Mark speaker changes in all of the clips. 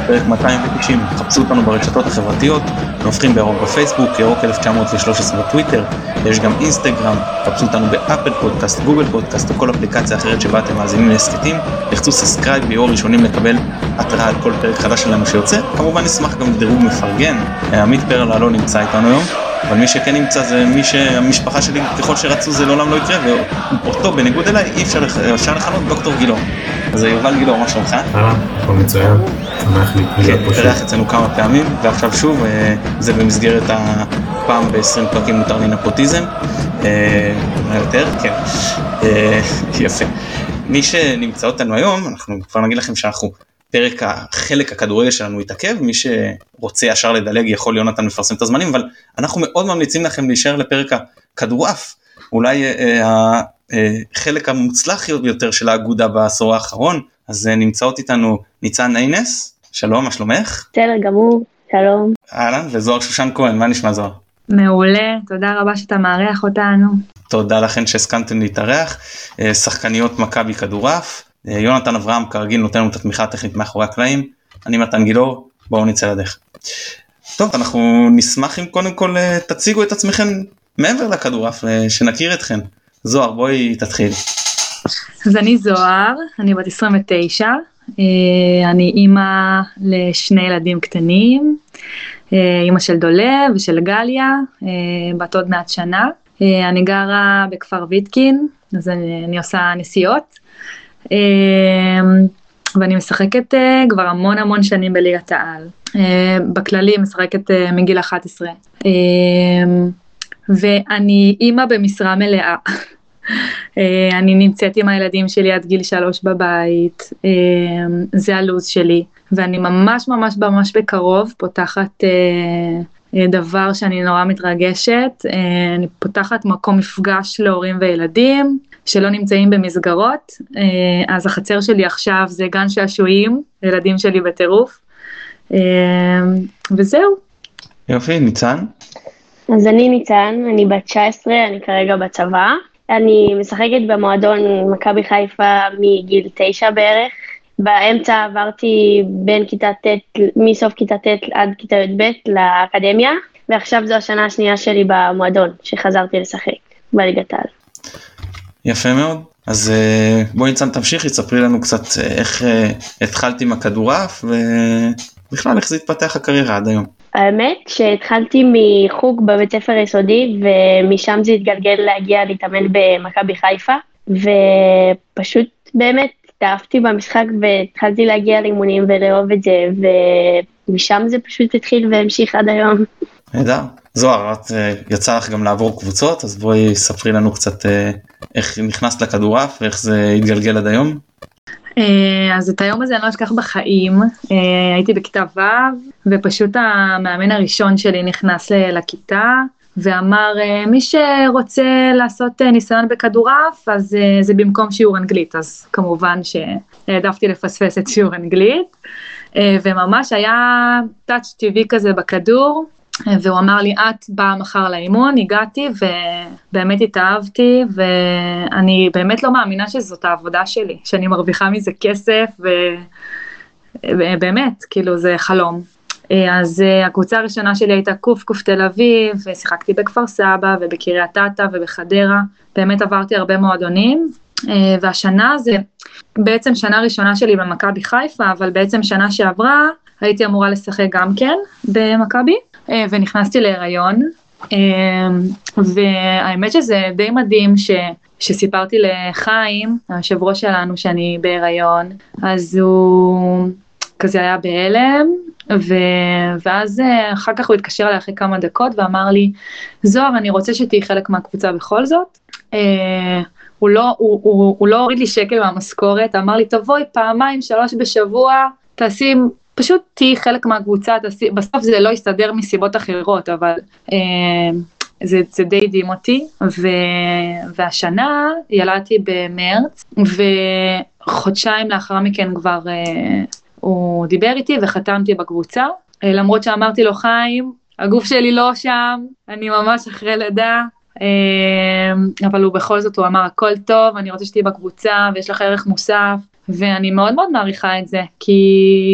Speaker 1: פרק 290, חפשו אותנו ברשתות החברתיות, נופחים בירוק בפייסבוק, ירוק 1913 בטוויטר, יש גם אינסטגרם, חפשו אותנו באפל פודקאסט, גוגל פודקאסט או כל אפליקציה אחרת שבה אתם מאזינים להסכתים, לחצו סאסקרייב ויהיו ראשונים לקבל התראה על כל פרק חדש שלנו שיוצא, כמובן נשמח גם לדירוג מפרגן, עמית פרלה לא נמצא איתנו היום, אבל מי שכן נמצא זה מי שהמשפחה שלי ככל שרצו זה לעולם לא יקרה, ואותו בניגוד אליי אי אפשר לכנות דוקטור גילאור. אז יובל גילאור, מה שלומך?
Speaker 2: הכל מצוין, שמח להיות פה שוב.
Speaker 1: תרח אצלנו כמה פעמים, ועכשיו שוב, זה במסגרת הפעם ב-20 פרקים מותר לי נפוטיזם. מה יותר? כן. יפה. מי שנמצא אותנו היום, אנחנו כבר נגיד לכם שאנחנו חלק הכדורגל שלנו יתעכב, מי שרוצה ישר לדלג יכול יונתן מפרסם את הזמנים, אבל אנחנו מאוד ממליצים לכם להישאר לפרק הכדורעף, אולי החלק המוצלח ביותר של האגודה בעשור האחרון, אז נמצאות איתנו ניצן איינס, שלום, מה שלומך?
Speaker 3: בסדר גמור, שלום.
Speaker 1: אהלן, וזוהר שושן כהן, מה נשמע זוהר?
Speaker 4: מעולה, תודה רבה שאתה מארח אותנו.
Speaker 1: תודה לכן שהסכמתם להתארח, שחקניות מכבי כדורעף, יונתן אברהם כרגיל נותן לנו את התמיכה הטכנית מאחורי הקלעים, אני מתן גילאור, בואו נצא לדרך. טוב, אנחנו נשמח אם קודם כל תציגו את עצמכם מעבר לכדורעף, שנכיר אתכן. זוהר, בואי תתחיל.
Speaker 4: אז אני זוהר, אני בת 29, אני אימא לשני ילדים קטנים, אימא של דולב ושל גליה, בת עוד מעט שנה, אני גרה בכפר ויטקין, אז אני עושה נסיעות, ואני משחקת כבר המון שנים בליגת העל, בכללי משחקת מגיל 11, ואני אימא במשרה מלאה, אני נמצאת עם הילדים שלי עד גיל 3 בבית, זה הלוז שלי, ואני ממש בקרוב פותחת דבר שאני נורא מתרגשת, אני פותחת מקום מפגש להורים וילדים, שלא נמצאים במסגרות, אז החצר שלי עכשיו זה גן שעשועים, ילדים שלי בטירוף, וזהו.
Speaker 1: יופי, ניצן?
Speaker 3: אז אני ניצן, אני בת 19, אני כרגע בצבא, אני משחקת במועדון מכבי חיפה מגיל 9 בערך, באמצע עברתי מסוף כיתה ט' עד כיתה י"ב לאקדמיה, ועכשיו זו השנה השנייה שלי במועדון, שחזרתי לשחק בליגת העל.
Speaker 1: יפה מאוד, אז בואי ניצן תמשיכי, תספרי לנו קצת איך התחלת עם הכדורעף, ובכלל איך זה התפתח הקריירה עד היום.
Speaker 3: האמת שהתחלתי מחוג בבית ספר יסודי, ומשם זה התגלגל להגיע להתאמן במכבי חיפה, ופשוט באמת התאהבתי במשחק, והתחלתי להגיע לאימונים ולאהוב את זה, ומשם זה פשוט התחיל והמשיך עד היום.
Speaker 1: נהדר. זוהר, את יצא לך גם לעבור קבוצות, אז בואי ספרי לנו קצת איך נכנסת לכדורעף, ואיך זה התגלגל עד היום.
Speaker 4: אז את היום הזה אני לא אשכח בחיים, הייתי בכיתה ו' ופשוט המאמן הראשון שלי נכנס לכיתה ואמר מי שרוצה לעשות ניסיון בכדורעף אז זה במקום שיעור אנגלית, אז כמובן שהעדפתי לפספס את שיעור אנגלית וממש היה טאץ' טבעי כזה בכדור, והוא אמר לי את באה מחר לאימון, הגעתי ובאמת התאהבתי ואני באמת לא מאמינה שזאת העבודה שלי, שאני מרוויחה מזה כסף ובאמת כאילו זה חלום. אז הקבוצה הראשונה שלי הייתה קוף תל אביב, ושיחקתי בכפר סבא ובקריית אתא ובחדרה, באמת עברתי הרבה מועדונים, והשנה זה בעצם שנה ראשונה שלי במכבי חיפה, אבל בעצם שנה שעברה הייתי אמורה לשחק גם כן במכבי, ונכנסתי להיריון, והאמת שזה די מדהים שסיפרתי לחיים, היושב ראש שלנו שאני בהיריון, אז הוא כזה היה בהלם, ואז אחר כך הוא התקשר אליי אחרי כמה דקות ואמר לי, זוהר אני רוצה שתהי חלק מהקבוצה בכל זאת, הוא לא הוריד לי שקל מהמשכורת, אמר לי תבואי 2-3 בשבוע, פשוט תהי חלק מהקבוצה, בסוף זה לא יסתדר מסיבות אחרות, אבל זה די דהים אותי, והשנה ילדתי במרץ, וחודשיים לאחר מכן כבר הוא דיבר איתי וחתמתי בקבוצה, למרות שאמרתי לו חיים, הגוף שלי לא שם, אני ממש אחרי לידה, אבל הוא בכל זאת הוא אמר הכל טוב, אני רוצה שתהי בקבוצה ויש לך ערך מוסף, ואני מאוד מאוד מעריכה את זה, כי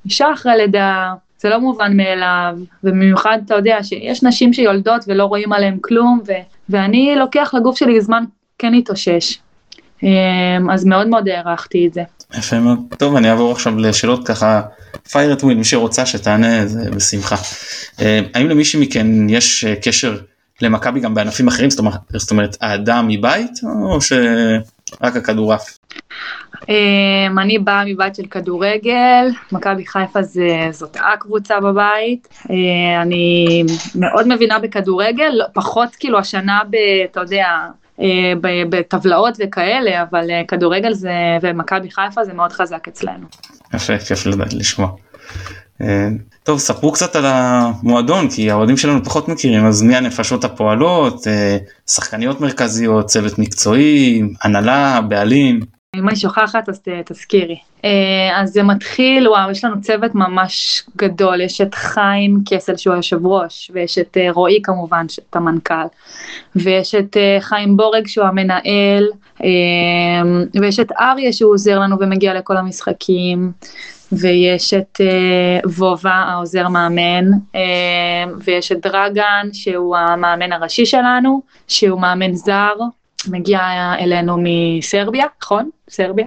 Speaker 4: אישה אחרי לידה, זה לא מובן מאליו, ובמיוחד אתה יודע שיש נשים שיולדות ולא רואים עליהם כלום, ואני לוקח לגוף שלי זמן כן להתאושש. אז מאוד מאוד הערכתי את זה.
Speaker 1: יפה מאוד. טוב, אני אעבור עכשיו לשאלות ככה, פייר את וויל, מי שרוצה שתענה, זה בשמחה. האם למישהי מכן יש קשר למכבי גם בענפים אחרים, זאת אומרת, האדם מבית, או שרק הכדורעף?
Speaker 4: אני באה מבית של כדורגל, מכבי חיפה זאת הקבוצה בבית, אני מאוד מבינה בכדורגל, פחות כאילו השנה אתה יודע, בטבלאות וכאלה, אבל כדורגל ומכבי חיפה זה מאוד חזק אצלנו.
Speaker 1: יפה, כיף לדעת לשמוע. טוב, ספרו קצת על המועדון, כי האוהדים שלנו פחות מכירים, אז מי הנפשות הפועלות, שחקניות מרכזיות, צוות מקצועי, הנהלה, בעלים?
Speaker 4: אם אני שוכחת אז תזכירי. אז זה מתחיל, וואו, יש לנו צוות ממש גדול, יש את חיים קסל שהוא היושב ראש, ויש את רועי כמובן, את המנכ"ל, ויש את חיים בורג שהוא המנהל, ויש את אריה שהוא עוזר לנו ומגיע לכל המשחקים, ויש את וובה העוזר מאמן, ויש את דרגן שהוא המאמן הראשי שלנו, שהוא מאמן זר, מגיע אלינו מסרביה, נכון? סרביה.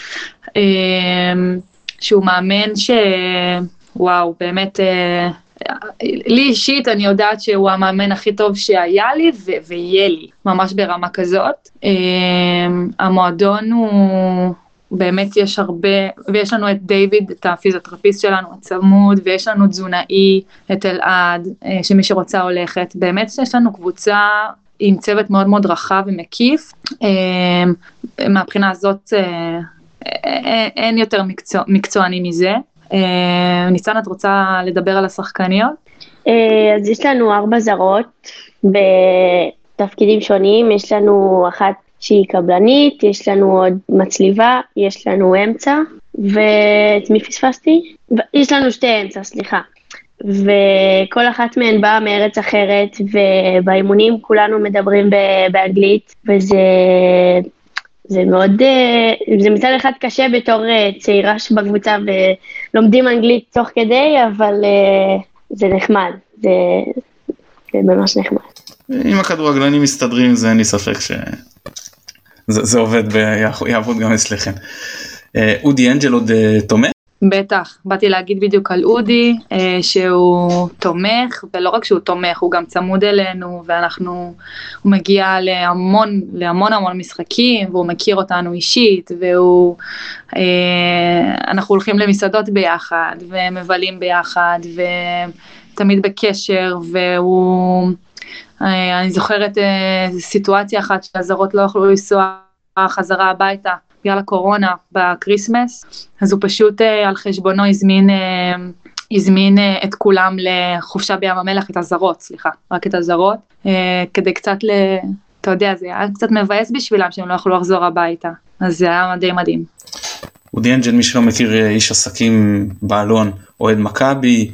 Speaker 4: שהוא מאמן וואו, באמת, לי אישית אני יודעת שהוא המאמן הכי טוב שהיה לי ויהיה לי, ממש ברמה כזאת. המועדון הוא באמת יש הרבה, ויש לנו את דיוויד, את הפיזיותרפיסט שלנו הצמוד, ויש לנו תזונאי, את אלעד, שמי שרוצה הולכת. באמת יש לנו קבוצה עם צוות מאוד מאוד רחב ומקיף, מהבחינה הזאת אין יותר מקצועני מזה. ניצן, את רוצה לדבר על השחקניות?
Speaker 3: אז יש לנו 4 זרות בתפקידים שונים, יש לנו אחת שהיא קבלנית, יש לנו עוד מצליבה, יש לנו אמצע, ואת מי פספסתי? יש לנו 2 אמצע, סליחה. וכל אחת מהן באה מארץ אחרת, ובאימונים כולנו מדברים באנגלית, זה מאוד, זה מצד אחד קשה בתור צעירה שבקבוצה, ולומדים אנגלית תוך כדי, אבל זה נחמד, זה ממש נחמד.
Speaker 1: אם הכדורגלנים מסתדרים עם זה, אין לי ספק שזה עובד ויעבוד גם אצלכם. אודי אנג'ל עוד תומך?
Speaker 4: בטח, באתי להגיד בדיוק על אודי, שהוא תומך, ולא רק שהוא תומך, הוא גם צמוד אלינו, הוא מגיע להמון משחקים, והוא מכיר אותנו אישית, אנחנו הולכים למסעדות ביחד, ומבלים ביחד, ותמיד בקשר, אני זוכרת סיטואציה אחת, שהזרות לא יכלו לנסוע חזרה הביתה, בגלל הקורונה בקריסמס, אז הוא פשוט על חשבונו הזמין את כולם לחופשה בים המלח, רק את הזרות, כדי קצת, אתה יודע, זה היה קצת מבאס בשבילם שהם לא יכלו לחזור הביתה, אז זה היה די מדהים.
Speaker 1: אודי אנג'ל, מי שלא מכיר, איש עסקים בעלון, אוהד מכבי,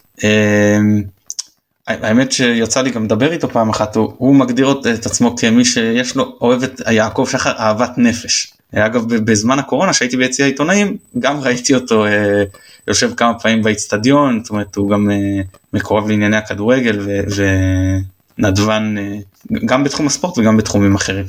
Speaker 1: האמת שיצא לי גם לדבר איתו פעם אחת, הוא מגדיר את עצמו כמי שיש לו אוהב את יעקב שחר אהבת נפש. אגב, בזמן הקורונה שהייתי ביציע העיתונאים, גם ראיתי אותו יושב כמה פעמים באצטדיון, זאת אומרת הוא גם מקורב לענייני הכדורגל ונדבן גם בתחום הספורט וגם בתחומים אחרים.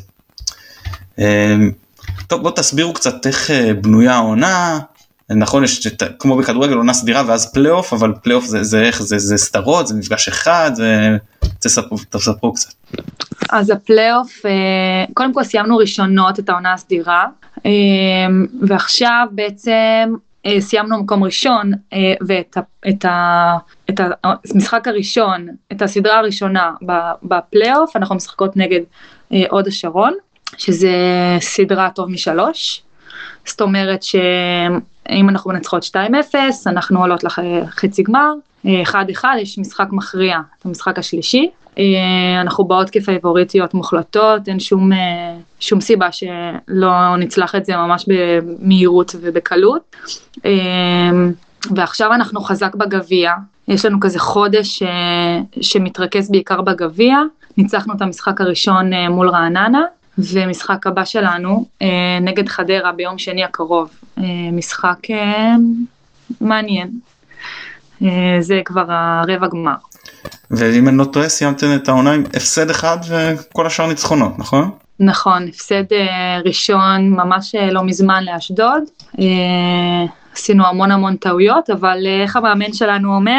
Speaker 1: טוב, בואו תסבירו קצת איך בנויה העונה. נכון, יש כמו בכדורגל עונה סדירה ואז פלייאוף, אבל פלייאוף זה איך, זה סדרות, זה מפגש אחד, תספרו קצת.
Speaker 4: אז הפלייאוף, קודם כל סיימנו ראשונות את העונה הסדירה, ועכשיו בעצם סיימנו מקום ראשון, ואת המשחק הראשון, את הסדרה הראשונה בפלייאוף, אנחנו משחקות נגד הוד השרון, שזה סדרה טוב מ3, זאת אומרת שאם אנחנו מנצחות 2-0, אנחנו עולות לחצי גמר, 1-1, יש משחק מכריע, את המשחק השלישי, אנחנו באות כפייבוריטיות מוחלטות, אין שום סיבה שלא נצלח את זה ממש במהירות ובקלות, ועכשיו אנחנו חזק בגביע, יש לנו כזה חודש שמתרכז בעיקר בגביע, ניצחנו את המשחק הראשון מול רעננה, ומשחק הבא שלנו נגד חדרה ביום שני הקרוב, משחק מעניין, זה כבר הרבע גמר.
Speaker 1: ואם אני לא טועה, סיימתם את העונה עם הפסד אחד וכל השאר ניצחונות, נכון?
Speaker 4: נכון, הפסד ראשון ממש לא מזמן לאשדוד, עשינו המון טעויות, אבל איך המאמן שלנו אומר,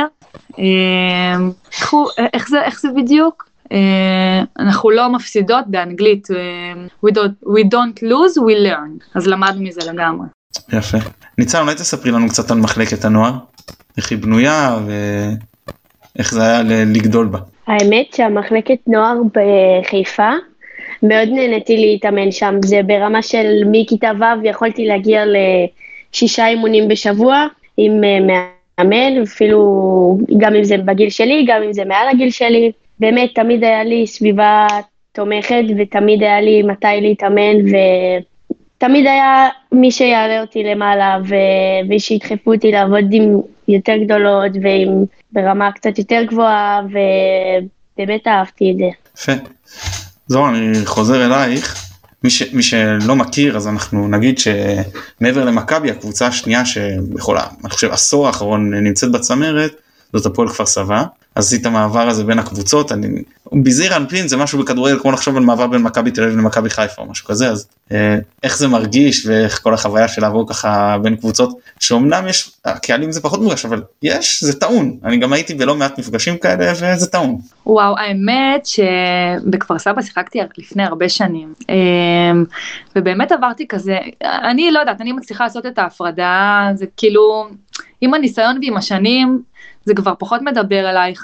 Speaker 4: איך זה בדיוק? אנחנו לא מפסידות באנגלית, we don't lose, we learn, אז למדנו מזה לגמרי.
Speaker 1: יפה. ניצן, אולי תספרי לנו קצת על מחלקת הנוער, איך היא בנויה ואיך זה היה לגדול בה.
Speaker 3: האמת שהמחלקת נוער בחיפה, מאוד נהניתי להתאמן שם, זה ברמה של מכיתה ו' יכולתי להגיע ל6 אימונים בשבוע עם מאמן, אפילו גם אם זה בגיל שלי, גם אם זה מעל הגיל שלי, באמת תמיד היה לי סביבה תומכת ותמיד היה לי מתי להתאמן ותמיד היה מי שיעלה אותי למעלה ושידחפו אותי לעבוד עם יותר גדולות ועם ברמה קצת יותר גבוהה ובאמת אהבתי את זה. יפה.
Speaker 1: זו, אני חוזר אלייך, מי שלא מכיר, אז אנחנו נגיד שמעבר למכבי, הקבוצה השנייה שבכל, אני חושב, עשור האחרון נמצאת בצמרת, זאת הפועל כפר סבא, אז עשית המעבר הזה בין הקבוצות, ביזיר אנפין זה משהו בכדורגל, כמו לחשוב על מעבר בין מכבי תל אביב למכבי חיפה או משהו כזה, אז איך זה מרגיש ואיך כל החוויה של לעבור ככה בין קבוצות, שאומנם יש, הקהלים זה פחות מורגש, אבל זה טעון, אני גם הייתי בלא מעט מפגשים כאלה וזה טעון.
Speaker 4: וואו, האמת שבכפר סבא שיחקתי לפני הרבה שנים, ובאמת עברתי כזה, אני לא יודעת, אני מצליחה לעשות את ההפרדה, זה כאילו, עם הניסיון ועם השנים, זה כבר פחות מדבר אלייך,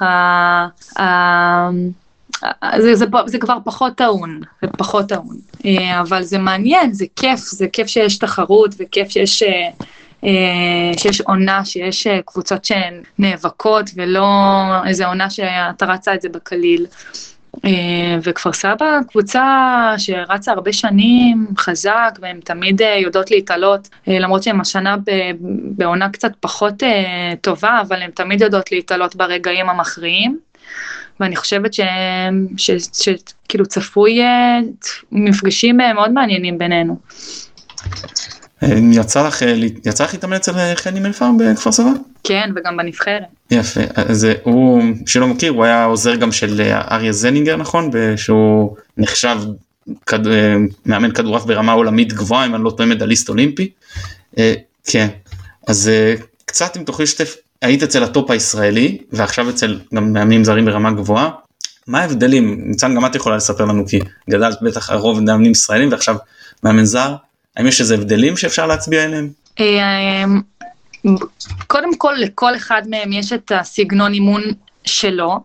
Speaker 4: זה כבר פחות טעון, אבל זה מעניין, זה כיף שיש תחרות, וכיף שיש עונה, שיש קבוצות שהן נאבקות, ולא איזו עונה שאתה רצה את זה בקליל. וכפר סבא קבוצה שרצה הרבה שנים חזק והן תמיד יודעות להתעלות, למרות שהן השנה בעונה קצת פחות טובה, אבל הן תמיד יודעות להתעלות ברגעים המכריעים, ואני חושבת שכאילו צפוי מפגשים מאוד מעניינים בינינו.
Speaker 1: יצא לך להתאמן אצל חני מלפר בכפר סבא?
Speaker 4: כן, וגם בנבחרת.
Speaker 1: יפה, אז הוא, שלא מכיר, הוא היה עוזר גם של אריה זנינגר, נכון? שהוא נחשב מאמן כדורעף ברמה עולמית גבוהה, אם אני לא טועה מדליסט אולימפי. כן, אז קצת אם תוכלי לשתף, היית אצל הטופ הישראלי, ועכשיו אצל גם מאמנים זרים ברמה גבוהה, מה ההבדלים? ניצן, גם את יכולה לספר לנו, כי גדלת בטח הרוב מאמנים ישראלים, ועכשיו מאמן זר, האם יש איזה הבדלים שאפשר להצביע אליהם?
Speaker 4: קודם כל, לכל אחד מהם יש את הסגנון אימון שלו.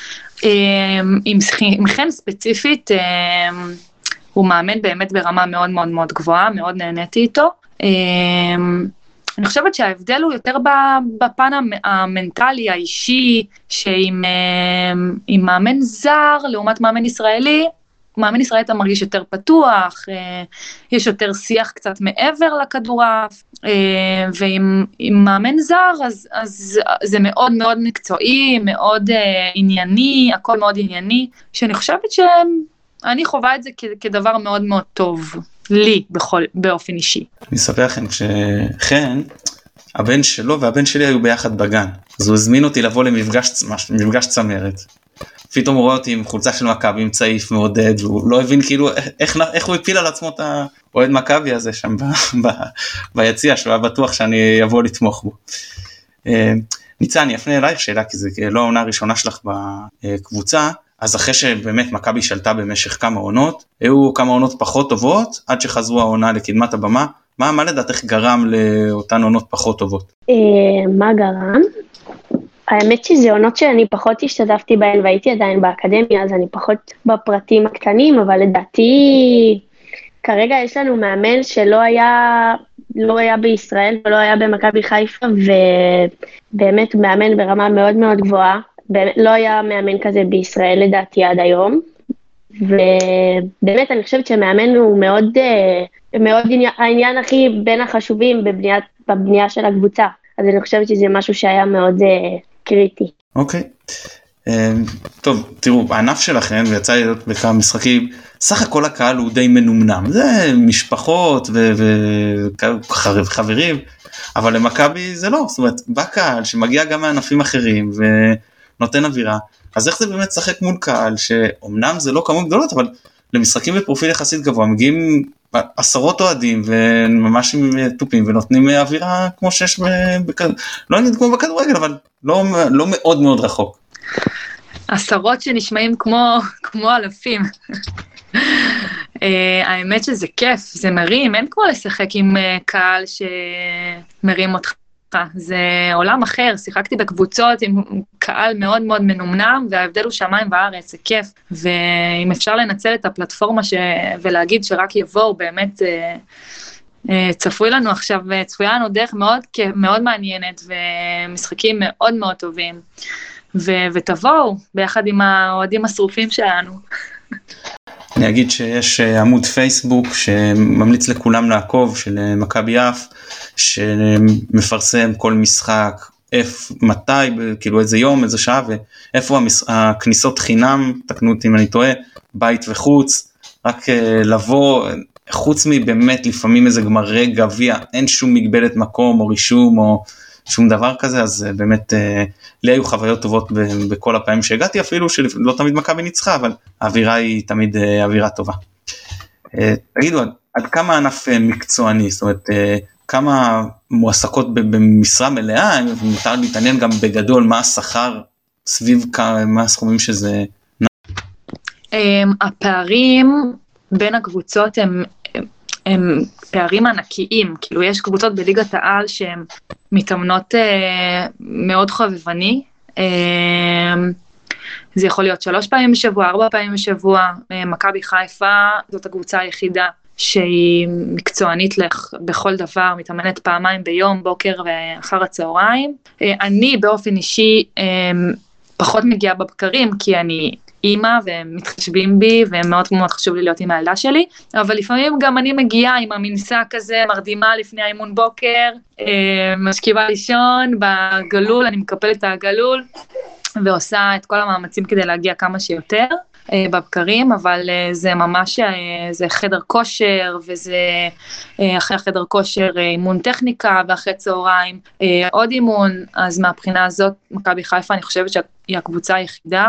Speaker 4: עם חן ספציפית, הוא מאמן באמת ברמה מאוד מאוד מאוד גבוהה, מאוד נהניתי איתו. אני חושבת שההבדל הוא יותר בפן המנטלי, האישי, שעם מאמן זר, לעומת מאמן ישראלי, מאמן ישראלי אתה מרגיש יותר פתוח, יש יותר שיח קצת מעבר לכדורעף, ועם מאמן זר, אז זה מאוד מאוד מקצועי, מאוד ענייני, הכל מאוד ענייני, שאני חושבת שאני חווה את זה כדבר מאוד מאוד טוב, לי באופן אישי.
Speaker 1: אני אספר לכם, כשחן, הבן שלו והבן שלי היו ביחד בגן, אז הוא הזמין אותי לבוא למפגש צמרת, פתאום הוא רואה אותי עם חולצה של מכבי, עם צעיף מעודד, והוא לא הבין כאילו איך הוא הפיל על עצמו את האוהד מכבי הזה שם ביציע, שהוא היה בטוח שאני אבוא לתמוך בו. ניצן, אני אפנה אלייך שאלה, כי זה לא העונה הראשונה שלך בקבוצה, אז אחרי שבאמת מכבי שלטה במשך כמה עונות, היו כמה עונות פחות טובות, עד שחזרו העונה לקדמת הבמה, מה לדעתך גרם לאותן עונות פחות טובות?
Speaker 3: מה גרם? האמת שזה עונות שאני פחות השתתפתי בהן והייתי עדיין באקדמיה, אז אני פחות בפרטים הקטנים, אבל לדעתי כרגע יש לנו מאמן שלא היה בישראל ולא היה במכבי חיפה, ובאמת מאמן ברמה מאוד מאוד גבוהה, לא היה מאמן כזה בישראל לדעתי עד היום, ובאמת אני חושבת שמאמן הוא מאוד העניין הכי בין החשובים בבנייה של הקבוצה, אז אני חושבת שזה משהו שהיה מאוד קריטי.
Speaker 1: אוקיי. טוב, תראו, הענף שלכם, ויצא לי להיות בכמה משחקים, סך הכל הקהל הוא די מנומנם, זה משפחות וחברים, אבל למכבי זה לא, זאת אומרת, בא קהל שמגיע גם מענפים אחרים ונותן אווירה, אז איך זה באמת לשחק מול קהל, שאומנם זה לא כמות גדולות, אבל למשחקים בפרופיל יחסית גבוה, מגיעים עשרות אוהדים וממש עם טופים ונותנים אווירה כמו שיש, לא נגיד כמו בכדורגל, אבל לא מאוד מאוד רחוק.
Speaker 4: עשרות שנשמעים כמו אלפים. האמת שזה כיף, זה מרים, אין כמו לשחק עם קהל שמרים אותך. זה עולם אחר, שיחקתי בקבוצות עם קהל מאוד מאוד מנומנם, וההבדל הוא שמיים וארץ, זה כיף, ואם אפשר לנצל את הפלטפורמה ולהגיד שרק יבואו, באמת צפוי לנו עכשיו, צפויה לנו דרך מאוד מעניינת, ומשחקים מאוד מאוד טובים, ותבואו ביחד עם האוהדים השרופים שלנו.
Speaker 1: אני אגיד שיש עמוד פייסבוק שממליץ לכולם לעקוב, של מכבי יפו, שמפרסם כל משחק, מתי, כאילו איזה יום, איזה שעה, ואיפה הכניסות חינם, תקנו אותי אם אני טועה, בית וחוץ, רק לבוא, חוץ מבאמת לפעמים איזה גמרי גביע, אין שום מגבלת מקום או רישום או שום דבר כזה, אז באמת לי היו חוויות טובות בכל הפעמים שהגעתי, אפילו שלא תמיד מכבי ניצחה, אבל האווירה היא תמיד אווירה טובה. תגידו, עד כמה ענף מקצועני, זאת אומרת, כמה מועסקות במשרה מלאה, מותר להתעניין גם בגדול מה השכר סביב מה הסכומים שזה...
Speaker 4: הפערים בין הקבוצות הם פערים ענקיים, כאילו יש קבוצות בליגת העל שהן מתאמנות מאוד חובבני, זה יכול להיות 3 פעמים בשבוע, 4 פעמים בשבוע, מכבי חיפה זאת הקבוצה היחידה שהיא מקצוענית בכל דבר, מתאמנת פעמיים ביום, בוקר ואחר הצהריים. אני באופן אישי פחות מגיעה בבקרים, כי אני אימא והם מתחשבים בי, ומאוד מאוד חשוב לי להיות עם הילדה שלי, אבל לפעמים גם אני מגיעה עם המנסה כזה, מרדימה לפני האימון בוקר, משכיבה לישון בגלול, אני מקפלת את הגלול, ועושה את כל המאמצים כדי להגיע כמה שיותר בבקרים, אבל זה ממש, זה חדר כושר, וזה אחרי החדר כושר אימון טכניקה, ואחרי צהריים עוד אימון, אז מהבחינה הזאת, מכבי חיפה, אני חושבת שהיא הקבוצה היחידה,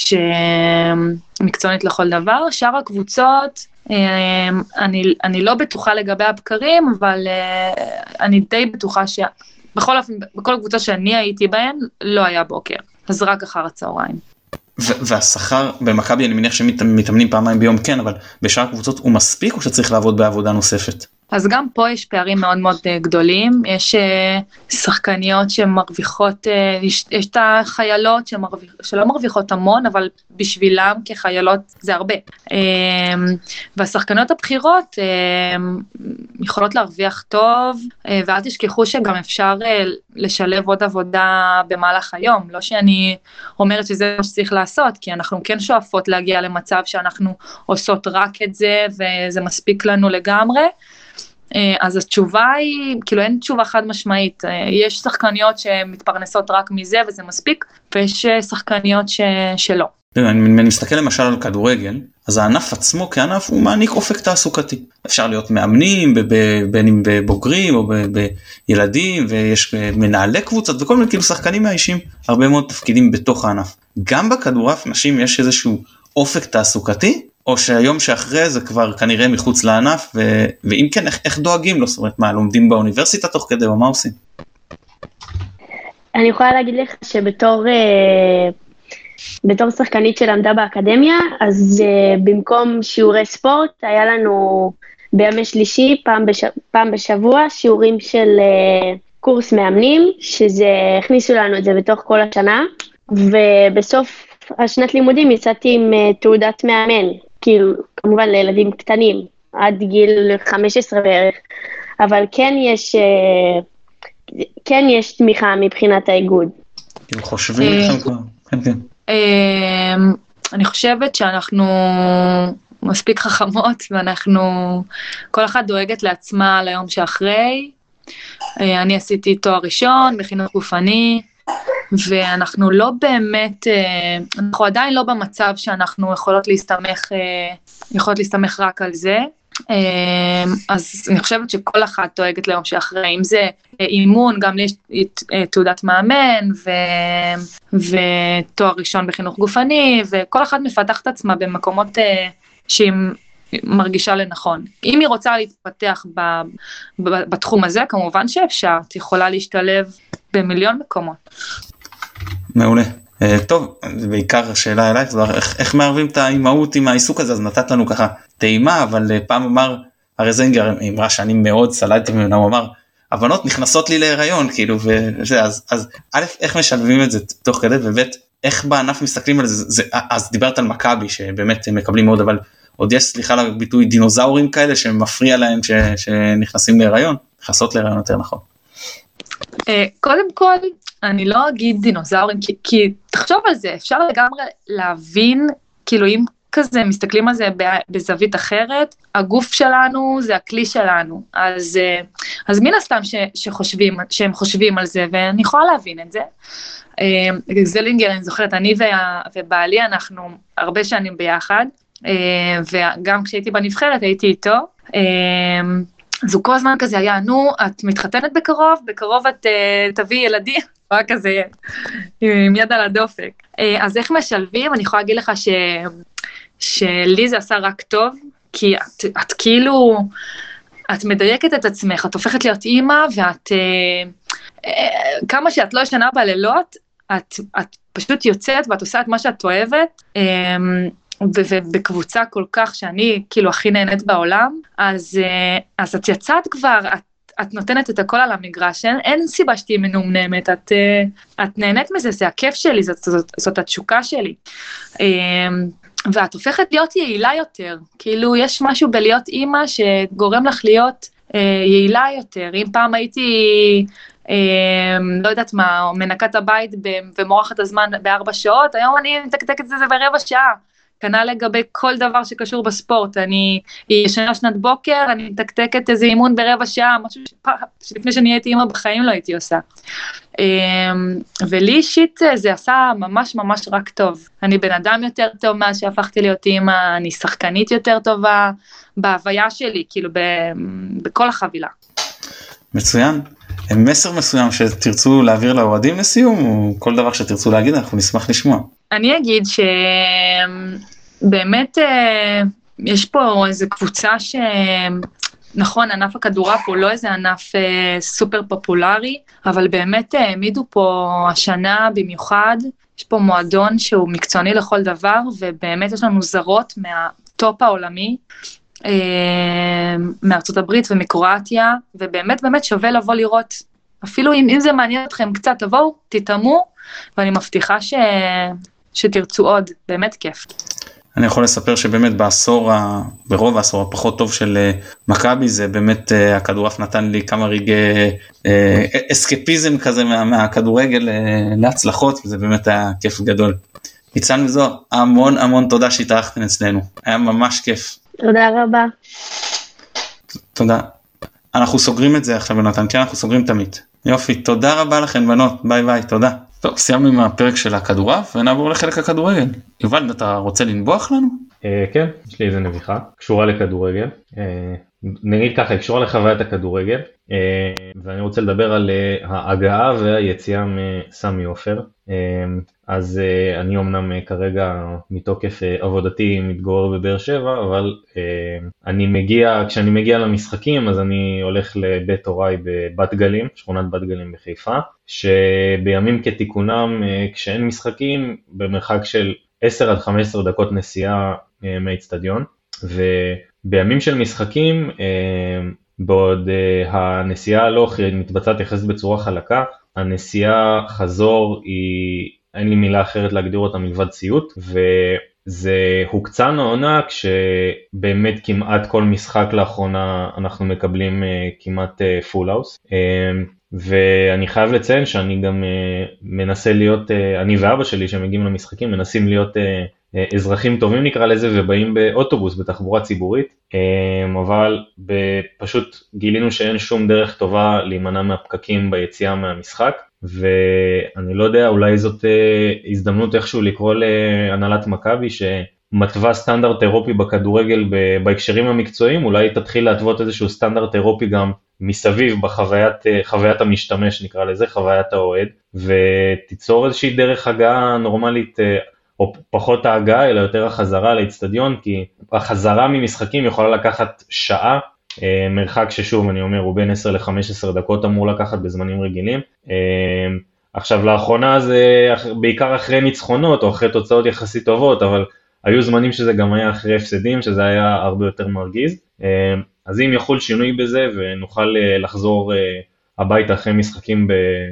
Speaker 4: שמקצוענית לכל דבר. שאר הקבוצות, אני לא בטוחה לגבי הבקרים, אבל אני די בטוחה שבכל הקבוצות שאני הייתי בהן, לא היה בוקר, אז רק אחר הצהריים.
Speaker 1: והשכר במכבי, אני מניח שמתאמנים פעמיים ביום, כן, אבל בשאר הקבוצות הוא מספיק או שצריך לעבוד בעבודה נוספת?
Speaker 4: אז גם פה יש פערים מאוד מאוד גדולים, יש שחקניות שמרוויחות, יש את החיילות שלא מרוויחות המון, אבל בשבילם כחיילות זה הרבה. והשחקניות הבכירות יכולות להרוויח טוב, ואל תשכחו שגם אפשר לשלב עוד עבודה במהלך היום, לא שאני אומרת שזה מה שצריך לעשות, כי אנחנו כן שואפות להגיע למצב שאנחנו עושות רק את זה, וזה מספיק לנו לגמרי, אז התשובה היא, כאילו אין תשובה חד משמעית, יש שחקניות שמתפרנסות רק מזה וזה מספיק, ויש שחקניות שלא.
Speaker 1: אני מסתכל למשל על כדורגל, אז הענף עצמו כענף הוא מעניק אופק תעסוקתי. אפשר להיות מאמנים, בין אם בבוגרים או בילדים, ויש מנהלי קבוצות וכל מיני כאילו שחקנים מהאישים, הרבה מאוד תפקידים בתוך הענף. גם בכדורעף נשים יש איזשהו אופק תעסוקתי, או שהיום שאחרי זה כבר כנראה מחוץ לענף, ואם כן, איך דואגים לו? זאת אומרת, מה, לומדים באוניברסיטה תוך כדי, או מה עושים?
Speaker 3: אני יכולה להגיד לך שבתור שחקנית שלמדה באקדמיה, אז במקום שיעורי ספורט, היה לנו בימי שלישי, פעם בשבוע, שיעורים של קורס מאמנים, שזה הכניסו לנו את זה בתוך כל השנה, ובסוף השנת לימודים יצאתי עם תעודת מאמן, כאילו, כמובן לילדים קטנים, עד גיל 15 בערך, אבל כן יש תמיכה מבחינת האיגוד.
Speaker 1: כאילו חושבים לכם כבר, כן.
Speaker 4: אני חושבת שאנחנו מספיק חכמות, ואנחנו, כל אחת דואגת לעצמה ליום שאחרי. אני עשיתי תואר ראשון בחינוך גופני, ואנחנו לא באמת, אנחנו עדיין לא במצב שאנחנו יכולות להסתמך רק על זה, אז אני חושבת שכל אחת דואגת ליום שאחרי, אם זה אימון, גם יש תעודת מאמן ותואר ראשון בחינוך גופני, וכל אחת מפתחת את עצמה במקומות שהיא מרגישה לנכון. אם היא רוצה להתפתח בתחום הזה, כמובן שאפשר, את יכולה להשתלב במיליון מקומות.
Speaker 1: מעולה. טוב, בעיקר השאלה אליי, איך מערבים את האימהות עם העיסוק הזה, אז נתת לנו ככה טעימה, אבל פעם אמר, הרי זינגר אמרה שאני מאוד סלדתי ממנה, הוא אמר, הבנות נכנסות לי להיריון, כאילו, אז א', איך משלבים את זה תוך כדי, וב', איך בענף מסתכלים על זה, אז דיברת על מכבי, שבאמת מקבלים מאוד, אבל עוד יש, סליחה לביטוי, דינוזאורים כאלה, שמפריע להם שנכנסים להיריון, נכנסות להיריון יותר נכון.
Speaker 4: קודם כל, אני לא אגיד דינוזאורים, כי תחשוב על זה, אפשר לגמרי להבין, כאילו אם כזה מסתכלים על זה בזווית אחרת, הגוף שלנו זה הכלי שלנו, אז מן הסתם שהם חושבים על זה, ואני יכולה להבין את זה. זלינגר, אני זוכרת, אני ובעלי אנחנו הרבה שנים ביחד, וגם כשהייתי בנבחרת הייתי איתו, אז הוא כל הזמן כזה היה, נו, את מתחתנת בקרוב את תביא ילדים, רק כזה עם יד על הדופק. אז איך משלבים? אני יכולה להגיד לך שלי זה עשה רק טוב, כי את כאילו, את מדייקת את עצמך, את הופכת להיות אימא, ואת, כמה שאת לא ישנה בלילות, את פשוט יוצאת ואת עושה את מה שאת אוהבת, ובקבוצה כל כך שאני כאילו הכי נהנית בעולם, אז את יצאת כבר, את נותנת את הכל על המגרש, אין סיבה שתהי מנומנמת, את נהנית מזה, זה הכיף שלי, זאת התשוקה שלי, ואת הופכת להיות יעילה יותר, כאילו יש משהו בלהיות אימא שגורם לך להיות יעילה יותר, אם פעם הייתי, לא יודעת מה, מנקת הבית ומורחת הזמן ב4 שעות, היום אני מתקתקת את זה ברבע שעה, כנ"ל לגבי כל דבר שקשור בספורט, אני ישנה שנת בוקר, אני מתקתקת איזה אימון ברבע שעה, משהו שלפני שאני הייתי אימא בחיים לא הייתי עושה. ולי אישית זה עשה ממש ממש רק טוב. אני בן אדם יותר טוב מאז שהפכתי להיות אימא, אני שחקנית יותר טובה בהוויה שלי, כאילו בכל החבילה.
Speaker 1: מצוין. מסר מסוים שתרצו להעביר לאוהדים לסיום, או כל דבר שתרצו להגיד, אנחנו נשמח לשמוע.
Speaker 4: אני אגיד שבאמת יש פה איזו קבוצה נכון, ענף הכדורעף הוא לא איזה ענף סופר פופולרי, אבל באמת העמידו פה השנה במיוחד, יש פה מועדון שהוא מקצועני לכל דבר, ובאמת יש לנו זרות מהטופ העולמי, מארצות הברית ומקרואטיה, ובאמת באמת שווה לבוא לראות, אפילו אם זה מעניין אתכם קצת, תבואו, תתאמו, ואני מבטיחה שתרצו עוד, באמת כיף.
Speaker 1: אני יכול לספר שבאמת ברוב העשור הפחות טוב של מכבי, זה באמת הכדורעף נתן לי כמה רגעי אסקפיזם כזה מהכדורגל להצלחות, וזה באמת היה כיף גדול. ניצן וזוהר, המון המון תודה שהתארחתן אצלנו, היה ממש כיף.
Speaker 3: תודה רבה.
Speaker 1: תודה. אנחנו סוגרים את זה עכשיו בנתן, כן, אנחנו סוגרים תמיד. יופי, תודה רבה לכם בנות, ביי ביי, תודה. טוב, סיימנו עם הפרק של הכדורעף ונעבור לחלק הכדורגל. יובל, אתה רוצה לנבוח לנו?
Speaker 2: כן, יש לי איזה נביחה, קשורה לכדורגל. נגיד ככה, קשורה לחוויית הכדורגל, ואני רוצה לדבר על ההגעה והיציאה מסמי עופר. אז אני אמנם כרגע מתוקף עבודתי מתגורר בבאר שבע, אבל כשאני מגיע למשחקים אז אני הולך לבית הוריי בבת גלים, שכונת בת גלים בחיפה, שבימים כתיקונם כשאין משחקים במרחק של 10 עד 15 דקות נסיעה מהאצטדיון, ובימים של משחקים בעוד הנסיעה הלוך מתבצעת יחסית בצורה חלקה, הנסיעה חזור אין לי מילה אחרת להגדיר אותה מלבד סיוט, וזה הוקצן העונה כשבאמת כמעט כל משחק לאחרונה אנחנו מקבלים כמעט פול האוס, ואני חייב לציין שאני גם מנסה להיות, אני ואבא שלי שמגיעים למשחקים מנסים להיות אזרחים טובים נקרא לזה, ובאים באוטובוס בתחבורה ציבורית, אבל פשוט גילינו שאין שום דרך טובה להימנע מהפקקים ביציאה מהמשחק, ואני לא יודע, אולי זאת הזדמנות איכשהו לקרוא להנהלת מכבי שמתווה סטנדרט אירופי בכדורגל בהקשרים המקצועיים, אולי תתחיל להתוות איזשהו סטנדרט אירופי גם מסביב בחוויית המשתמש, נקרא לזה, חוויית האוהד, ותיצור איזושהי דרך הגעה נורמלית, או פחות ההגעה, אלא יותר החזרה לאצטדיון, כי החזרה ממשחקים יכולה לקחת שעה, מרחק ששוב אני אומר הוא בין 10 ל-15 דקות אמור לקחת בזמנים רגילים. עכשיו לאחרונה זה בעיקר אחרי ניצחונות או אחרי תוצאות יחסית טובות, אבל היו זמנים שזה גם היה אחרי הפסדים, שזה היה הרבה יותר מרגיז. אז אם יחול שינוי בזה ונוכל לחזור הביתה אחרי משחקים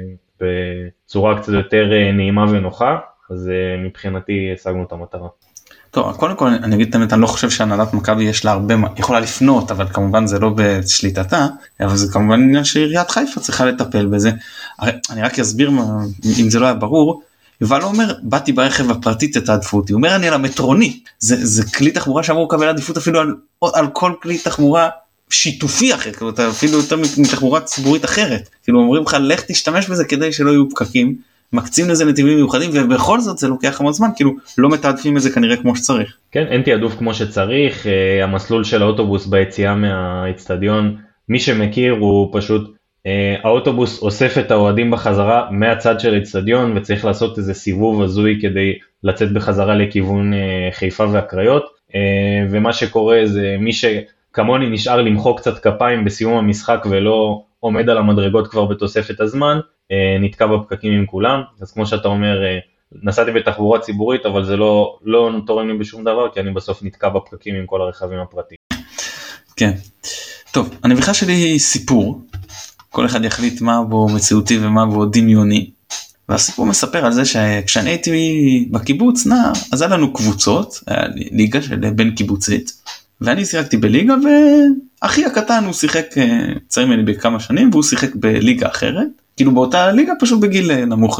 Speaker 2: בצורה קצת יותר נעימה ונוחה, אז מבחינתי השגנו את המטרה.
Speaker 1: טוב, קודם כל אני אגיד תמיד, אני לא חושב שהנהלת מכבי יש לה הרבה, יכולה לפנות, אבל כמובן זה לא בשליטתה, אבל זה כמובן עניין שעיריית חיפה צריכה לטפל בזה. אני רק אסביר אם זה לא היה ברור, יובל לא אומר, באתי ברכב הפרטי תתעדפו אותי, הוא אומר אני על המטרוני, זה כלי תחבורה שאמור לקבל עדיפות אפילו על כל כלי תחבורה שיתופי אחר, אפילו יותר מתחבורה ציבורית אחרת, כאילו אומרים לך לך תשתמש בזה כדי שלא יהיו פקקים, מקצים לזה נתיבים מיוחדים, ובכל זאת זה לוקח המון זמן, כאילו לא מתעדפים את זה כנראה כמו שצריך.
Speaker 2: כן, אין תעדוף כמו שצריך, המסלול של האוטובוס ביציאה מהאצטדיון, מי שמכיר הוא פשוט, האוטובוס אוסף את האוהדים בחזרה מהצד של האצטדיון, וצריך לעשות איזה סיבוב הזוי כדי לצאת בחזרה לכיוון חיפה והקריות, ומה שקורה זה מי שכמוני נשאר למחוא קצת כפיים בסיום המשחק ולא עומד על המדרגות כבר בתוספת הזמן, נתקע בפקקים עם כולם. אז כמו שאתה אומר, נסעתי בתחבורה ציבורית, אבל זה לא תורם לי בשום דבר, כי אני בסוף נתקע בפקקים עם כל הרכבים הפרטיים.
Speaker 1: כן. טוב, הנביכה שלי סיפור, כל אחד יחליט מה בו מציאותי ומה בו דמיוני, והסיפור מספר על זה שכשאני הייתי בקיבוץ נער, אז היה לנו קבוצות, היה ליגה של בין קיבוצית, ואני שיחקתי בליגה, ואחי הקטן הוא שיחק, צעיר ממני בכמה שנים, והוא שיחק בליגה אחרת, כאילו באותה ליגה פשוט בגיל נמוך,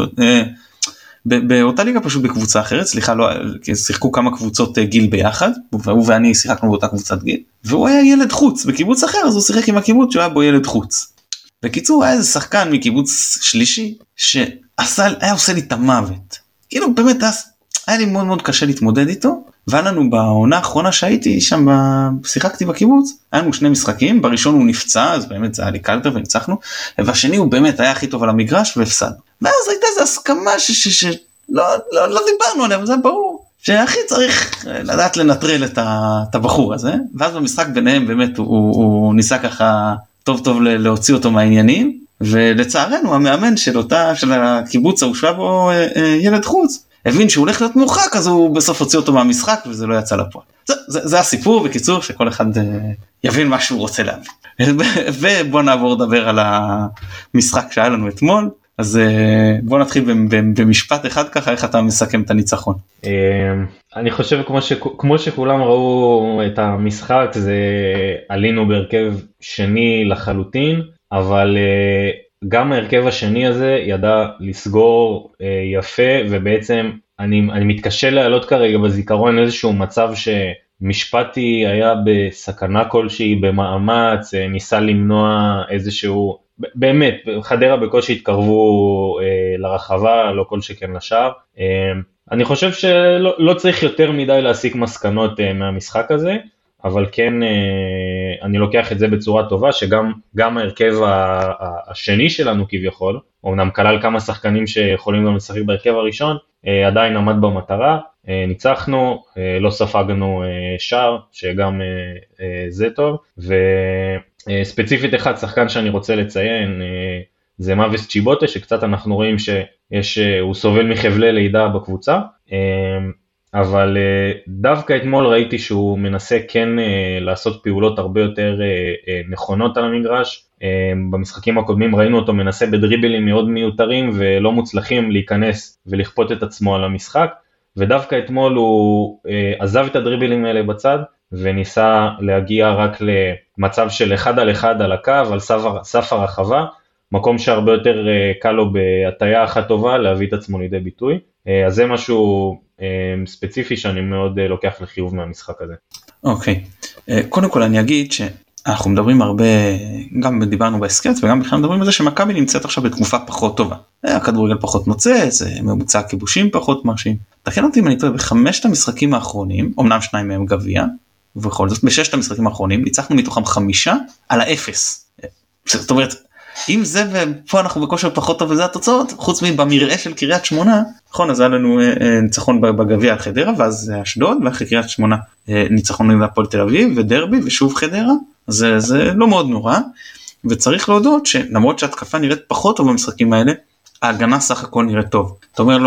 Speaker 1: באותה ליגה פשוט בקבוצה אחרת, סליחה, לא, שיחקו כמה קבוצות גיל ביחד, והוא ואני שיחקנו באותה קבוצת גיל, והוא היה ילד חוץ בקיבוץ אחר, אז הוא שיחק עם הקיבוץ שהוא היה בו ילד חוץ. בקיצור, היה איזה שחקן מקיבוץ שלישי, שהיה עושה לי את המוות, כאילו באמת היה לי מאוד מאוד קשה להתמודד איתו, והיה לנו בעונה האחרונה שהייתי שם, שיחקתי בקיבוץ, היה לנו 2 משחקים, בראשון הוא נפצע, אז באמת זה היה לי קל יותר וניצחנו, והשני הוא באמת היה הכי טוב על המגרש והפסדנו. ואז הייתה איזו הסכמה שלא דיברנו עליה, וזה ברור, שהכי צריך לדעת לנטרל את הבחור הזה, ואז במשחק ביניהם באמת הוא ניסה ככה טוב להוציא אותו מהעניינים, ולצערנו המאמן של הקיבוץ ההושבה בו ילד חוץ, הבין שהוא הולך להיות מורחק, אז הוא בסוף הוציא אותו מהמשחק, וזה לא יצא לפועל. זה הסיפור, בקיצור, שכל אחד יבין מה שהוא רוצה להבין. ובוא נעבור לדבר על המשחק שהיה לנו אתמול, אז בוא נתחיל במשפט אחד ככה, איך אתה מסכם את הניצחון.
Speaker 2: אני חושב כמו שכולם ראו את המשחק, זה עלינו בהרכב שני לחלוטין, אבל גם ההרכב השני הזה ידע לסגור יפה, ובעצם אני מתקשה להעלות כרגע בזיכרון איזשהו מצב שמשפטי היה בסכנה כלשהי, במאמץ, ניסה למנוע איזשהו, באמת, חדרה בקושי התקרבו לרחבה, לא כל שכן לשער. אני חושב שלא צריך יותר מדי להסיק מסקנות מהמשחק הזה, אבל כן אני לוקח את זה בצורה טובה, שגם ההרכב השני שלנו כביכול, אומנם כלל כמה שחקנים שיכולים גם לשחק בהרכב הראשון, עדיין עמד במטרה, ניצחנו, לא ספגנו שער, שגם זה טוב, וספציפית אחד, שחקן שאני רוצה לציין, זה מאביס צ'יבוטה, שקצת אנחנו רואים שהוא סובל מחבלי לידה בקבוצה, אבל דווקא אתמול ראיתי שהוא מנסה כן לעשות פעולות הרבה יותר נכונות על המגרש. במשחקים הקודמים ראינו אותו מנסה בדריבלים מאוד מיותרים ולא מוצלחים להיכנס ולכפות את עצמו על המשחק, ודווקא אתמול הוא עזב את הדריבלים האלה בצד וניסה להגיע רק למצב של 1 על 1 על הקו, על סף הרחבה, מקום שהרבה יותר קל לו בהטיה אחת טובה להביא את עצמו לידי ביטוי. אז זה משהו ספציפי שאני מאוד לוקח לחיוב מהמשחק הזה.
Speaker 1: אוקיי, קודם כל אני אגיד אנחנו מדברים הרבה, גם דיברנו בהסקט וגם בכלל מדברים על זה שמכבי נמצאת עכשיו בתקופה פחות טובה. הכדורגל פחות נוצץ, ממוצע הכיבושים פחות מרשים. תקן אותי אם אני טועה, בחמשת המשחקים האחרונים, אמנם 2 מהם גביע, ובכל זאת, בששת המשחקים האחרונים, ניצחנו מתוכם 5 על האפס. זאת אומרת, אם זה ופה אנחנו בכושר פחות טוב וזה התוצאות, חוץ מבמראה של קריית שמונה, נכון, אז היה לנו ניצחון בגביע על חדרה, ואז אשדוד, ואחרי קריית שמונה ניצחון להפועל תל אביב, ודרבי, ושוב חדרה, זה לא מאוד נורא, וצריך להודות שלמרות שההתקפה נראית פחות טוב במשחקים האלה, ההגנה סך הכל נראית טוב. אתה אומר,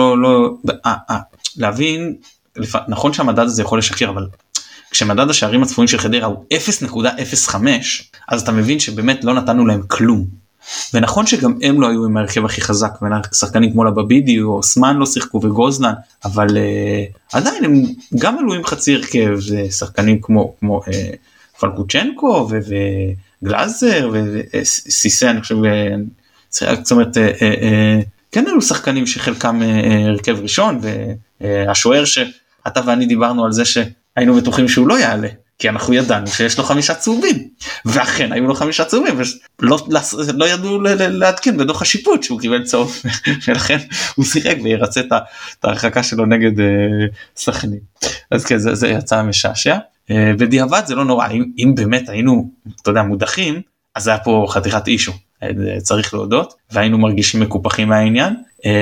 Speaker 1: להבין, נכון שהמדד הזה יכול לשקר, אבל כשמדד השערים הצפויים של חדרה הוא 0.05, אז אתה מבין שבאמת לא נתנו להם כלום. ונכון שגם הם לא היו עם הרכב הכי חזק, שחקנים כמו לבבידי או אוסמן לא שיחקו וגוזלן, אבל עדיין הם גם עלו עם חצי הרכב, שחקנים כמו פלקוצ'נקו וגלאזר וסיסה, אני חושב, זאת אומרת, כן עלו שחקנים שחלקם הרכב ראשון, והשוער שאתה ואני דיברנו על זה שהיינו בטוחים שהוא לא יעלה, כי אנחנו ידענו שיש לו 5 צהובים, ואכן היו לו 5 צהובים, ולא ידעו להתקין בדוח השיפוט שהוא קיבל צהוב, ולכן הוא שיחק וירצה את ההרחקה שלו נגד סכנין. אז כן, זה יצא משעשע, בדיעבד זה לא נורא, אם באמת היינו, אתה יודע, מודחים, אז היה פה חתיכת אישו, צריך להודות, והיינו מרגישים מקופחים מהעניין.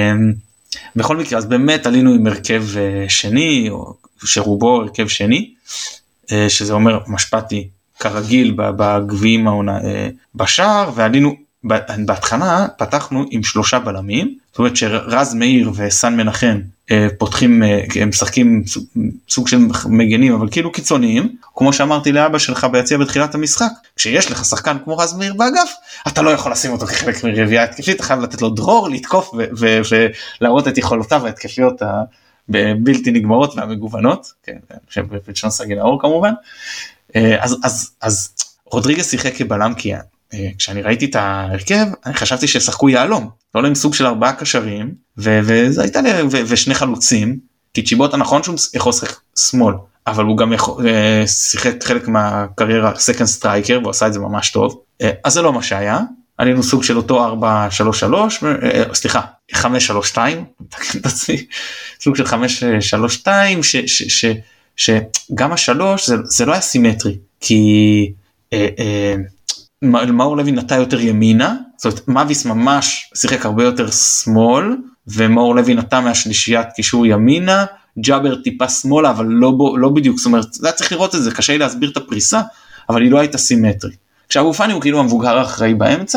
Speaker 1: בכל מקרה, אז באמת עלינו עם הרכב שני, או שרובו הרכב שני, שזה אומר משפטי כרגיל בגביעים העונה בשער, ועלינו בהתחלה פתחנו עם 3 בלמים, זאת אומרת שרז מאיר וסן מנחם פותחים, הם משחקים סוג של מגנים אבל כאילו קיצוניים, כמו שאמרתי לאבא שלך ביציע בתחילת המשחק, כשיש לך שחקן כמו רז מאיר באגף, אתה לא יכול לשים אותו כחלק מרביעה התקפית, אתה חייב לתת לו דרור, לתקוף ולהראות את יכולותיו ההתקפיות בלתי נגמרות והמגוונות, כן, שבפלשון סגל האור כמובן. אז רודריגז שיחק כבלם, כי כשאני ראיתי את ההרכב, אני חשבתי ששחקו יעלום, לא להם סוג של 4 קשרים, וזה הייתה לי, ושני חלוצים, כי צ'יבוטה נכון שהוא יכול לשחק שמאל, אבל הוא גם שיחק חלק מהקריירה סקנד סטרייקר, והוא עשה את זה ממש טוב, אז זה לא מה שהיה, עלינו סוג של אותו 4-3-3, סליחה, 5-3-2, מתקן את עצמי, סוג של 5-3-2, שגם השלוש זה לא היה סימטרי, כי מאור לוי נטה יותר ימינה, זאת אומרת מאביס ממש שיחק הרבה יותר שמאל, ומאור לוי נטה מהשלישיית קישור ימינה, ג'אבר טיפה שמאלה, אבל לא בדיוק, זאת אומרת, זה צריך לראות את זה, קשה לי להסביר את הפריסה, אבל היא לא הייתה סימטרית. כשאבו פאני הוא כאילו המבוגר האחראי באמצע,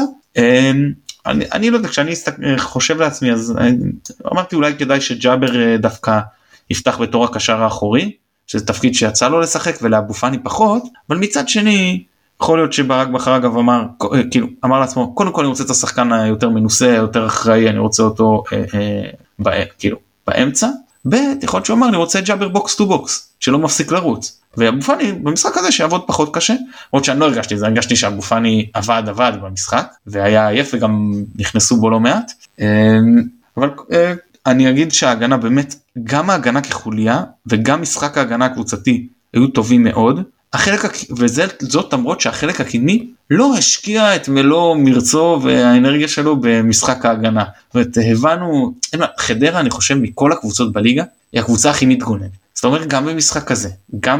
Speaker 1: אני לא יודע, כשאני חושב לעצמי, אז אמרתי אולי כדאי שג'אבר דווקא יפתח בתור הקשר האחורי, שזה תפקיד שיצא לו לשחק ולאבו פאני פחות, אבל מצד שני, יכול להיות שברק בכר אגב אמר לעצמו, קודם כל אני רוצה את השחקן היותר מנוסה, יותר אחראי, אני רוצה אותו כאילו באמצע, יכול להיות שהוא אמר, אני רוצה ג'אבר בוקס טו בוקס, שלא מפסיק לרוץ, ואבו פאני במשחק הזה שיעבוד פחות קשה, עוד שאני לא הרגשתי את זה, הרגשתי שאבו פאני עבד במשחק, והיה עייף וגם נכנסו בו לא מעט, אבל אני אגיד שההגנה באמת, גם ההגנה כחוליה, וגם משחק ההגנה הקבוצתי, היו טובים מאוד, וזאת למרות שהחלק הקדמי לא השקיע את מלוא מרצו והאנרגיה שלו במשחק ההגנה. זאת אומרת, הבנו, חדרה אני חושב מכל הקבוצות בליגה, היא הקבוצה הכי מתגוננת. זאת אומרת, גם במשחק הזה, גם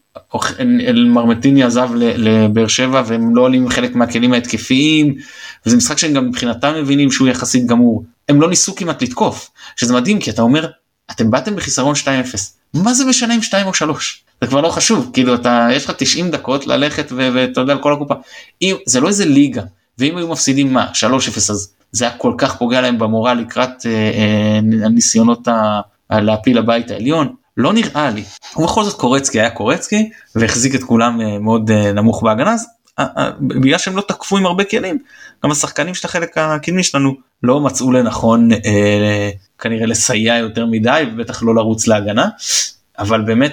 Speaker 1: מרמטיני עזב לבאר שבע, והם לא עולים חלק מהכלים ההתקפיים, וזה משחק שהם גם מבחינתם מבינים שהוא יחסית גמור. הם לא ניסו כמעט לתקוף, שזה מדהים, כי אתה אומר, אתם באתם בחיסרון 2-0, מה זה משנה עם 2 או 3? זה כבר לא חשוב, כאילו יש לך 90 דקות ללכת ואתה יודע על כל הקופה, זה לא איזה ליגה, ואם היו מפסידים 3-0 אז זה היה כל כך פוגע להם במורל לקראת הניסיונות להפיל הבית העליון, לא נראה לי, ובכל זאת קורצקי היה קורצקי, והחזיק את כולם מאוד נמוך בהגנה, אז בגלל שהם לא תקפו עם הרבה כלים, גם השחקנים של החלק הקדמי שלנו לא מצאו לנכון כנראה לסייע יותר מדי, ובטח לא לרוץ להגנה, אבל באמת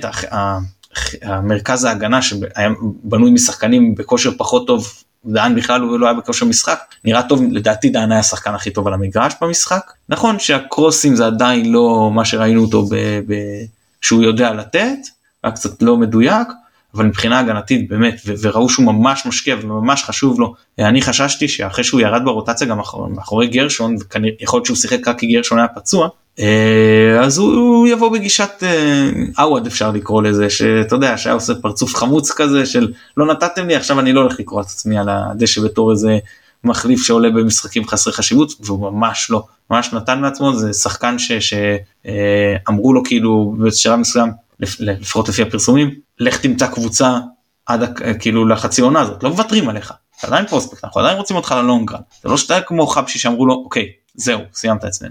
Speaker 1: המרכז ההגנה שהיה בנוי משחקנים בכושר פחות טוב, דהן בכלל הוא לא היה בכושר משחק, נראה טוב, לדעתי דהן היה השחקן הכי טוב על המגרש במשחק, נכון שהקרוסים זה עדיין לא מה שראינו אותו שהוא יודע לתת, היה קצת לא מדויק, אבל מבחינה הגנתית באמת, וראו שהוא ממש משקיע וממש חשוב לו, אני חששתי שאחרי שהוא ירד ברוטציה גם מאחורי גרשון, ויכול להיות שהוא שיחק רק כי גרשון היה פצוע, אז הוא יבוא בגישת עווד אפשר לקרוא לזה, שאתה יודע, שהיה עושה פרצוף חמוץ כזה, של לא נתתם לי, עכשיו אני לא הולך לקרוא את עצמי על הדשא בתור איזה מחליף שעולה במשחקים חסרי חשיבות, והוא ממש לא, ממש נתן מעצמו, זה שחקן שאמרו לו כאילו בשלב מסוים, לפחות לפי הפרסומים, לך תמצא קבוצה עד כאילו לחצי עונה הזאת, לא מוותרים עליך, אתה עדיין פרוספקט, אנחנו עדיין רוצים אותך ללונגרן, זה לא שאתה כמו חבשי שאמרו לו, אוקיי, זהו, סיימת אצלנו,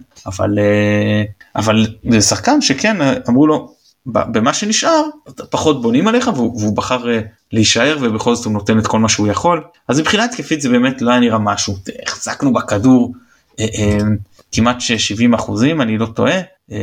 Speaker 1: אבל זה שחקן שכן אמרו לו, במה שנשאר, פחות בונים עליך, והוא בחר להישאר, ובכל זאת הוא נותן את כל מה שהוא יכול, אז מבחינה התקפית זה באמת לא היה נראה משהו, החזקנו בכדור, כמעט 70%, אני לא טועה,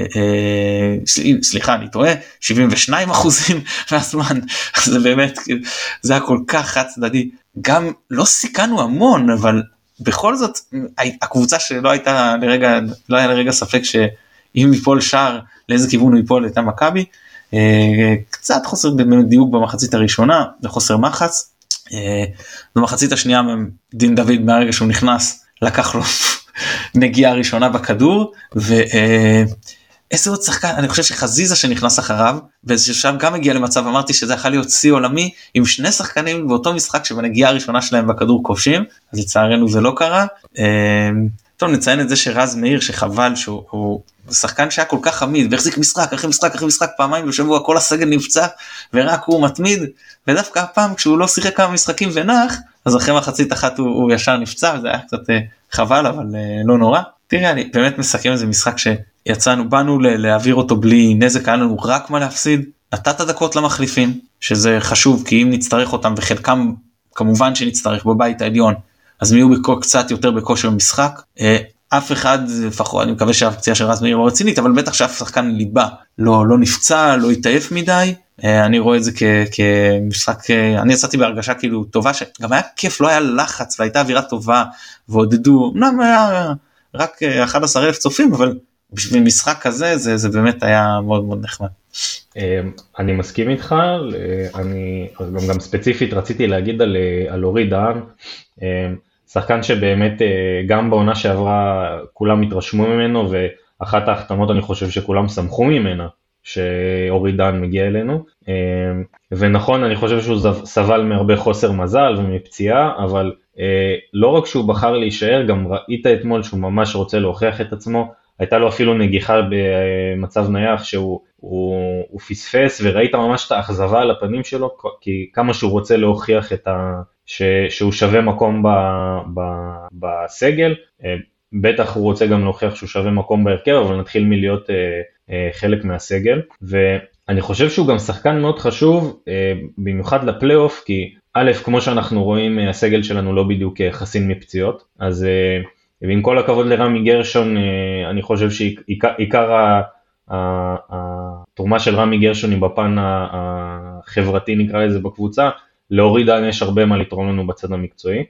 Speaker 1: סליחה, אני טועה, 72% מהזמן, זה באמת, זה היה כל כך חד צדדי, גם לא סיכנו המון, אבל בכל זאת, הקבוצה שלא הייתה לרגע, לא היה לרגע ספק שאם ייפול שער, לאיזה כיוון הוא ייפול הייתה מכבי, קצת חוסר דיוק במחצית הראשונה, וחוסר מחץ, במחצית השנייה, דין דוד מהרגע שהוא נכנס, לקח לו נגיעה ראשונה בכדור, ואיזה עוד שחקן, אני חושב שחזיזה שנכנס אחריו, ושם גם הגיע למצב, אמרתי שזה יכול להיות שיא עולמי, עם שני שחקנים באותו משחק, שבנגיעה הראשונה שלהם בכדור כובשים, אז לצערנו זה לא קרה, טוב נציין את זה שרז מאיר, שחבל שהוא שחקן שהיה כל כך עמיד, והחזיק משחק אחרי משחק אחרי משחק, פעמיים בשבוע, כל הסגל נפצע, ורק הוא מתמיד, ודווקא הפעם כשהוא לא שיחק כמה משחקים ונח, אז אחרי מחצית אחת הוא ישר נפצע, זה היה קצת חבל, אבל לא נורא. תראה, אני באמת מסכם איזה משחק שיצאנו, באנו להעביר אותו בלי נזק, היה לנו רק מה להפסיד, נתת דקות למחליפים, שזה חשוב, כי אם נצטרך אותם, וחלקם כמובן שנצטרך בבית העליון, אז מי הוא קצת יותר בכושר משחק, אף אחד, לפחות, אני מקווה שהפציעה של רז מאיר לא רצינית, אבל בטח שאף שחקן ליבה לא נפצע, לא התעייף מדי, אני רואה את זה כמשחק, אני יצאתי בהרגשה כאילו טובה, שגם היה כיף, לא היה לחץ, והייתה אווירה טובה, ועודדו, אמנם היה רק 11,000 צופים, אבל בשביל משחק כזה, זה באמת היה מאוד מאוד נחמד.
Speaker 2: אני מסכים איתך, אני גם ספציפית רציתי להגיד על אורי דהן, שחקן שבאמת גם בעונה שעברה כולם התרשמו ממנו, ואחת ההחתמות אני חושב שכולם שמחו ממנה, שאורי דהן מגיע אלינו, ונכון אני חושב שהוא סבל מהרבה חוסר מזל ומפציעה, אבל לא רק שהוא בחר להישאר, גם ראית אתמול שהוא ממש רוצה להוכיח את עצמו, הייתה לו אפילו נגיחה במצב נייח שהוא פספס, וראית ממש את האכזבה על הפנים שלו, כי כמה שהוא רוצה להוכיח שהוא שווה מקום בסגל, בטח הוא רוצה גם להוכיח שהוא שווה מקום בהרכב, אבל נתחיל מלהיות חלק מהסגל, ואני חושב שהוא גם שחקן מאוד חשוב, במיוחד לפלייאוף, כי א', כמו שאנחנו רואים, הסגל שלנו לא בדיוק חסין מפציעות, אז ועם כל הכבוד לרמי גרשון, אני חושב שעיקר התרומה של רמי גרשון היא בפן החברתי נקרא לזה בקבוצה, להוריד יש הרבה מה לתרום לנו בצד המקצועי,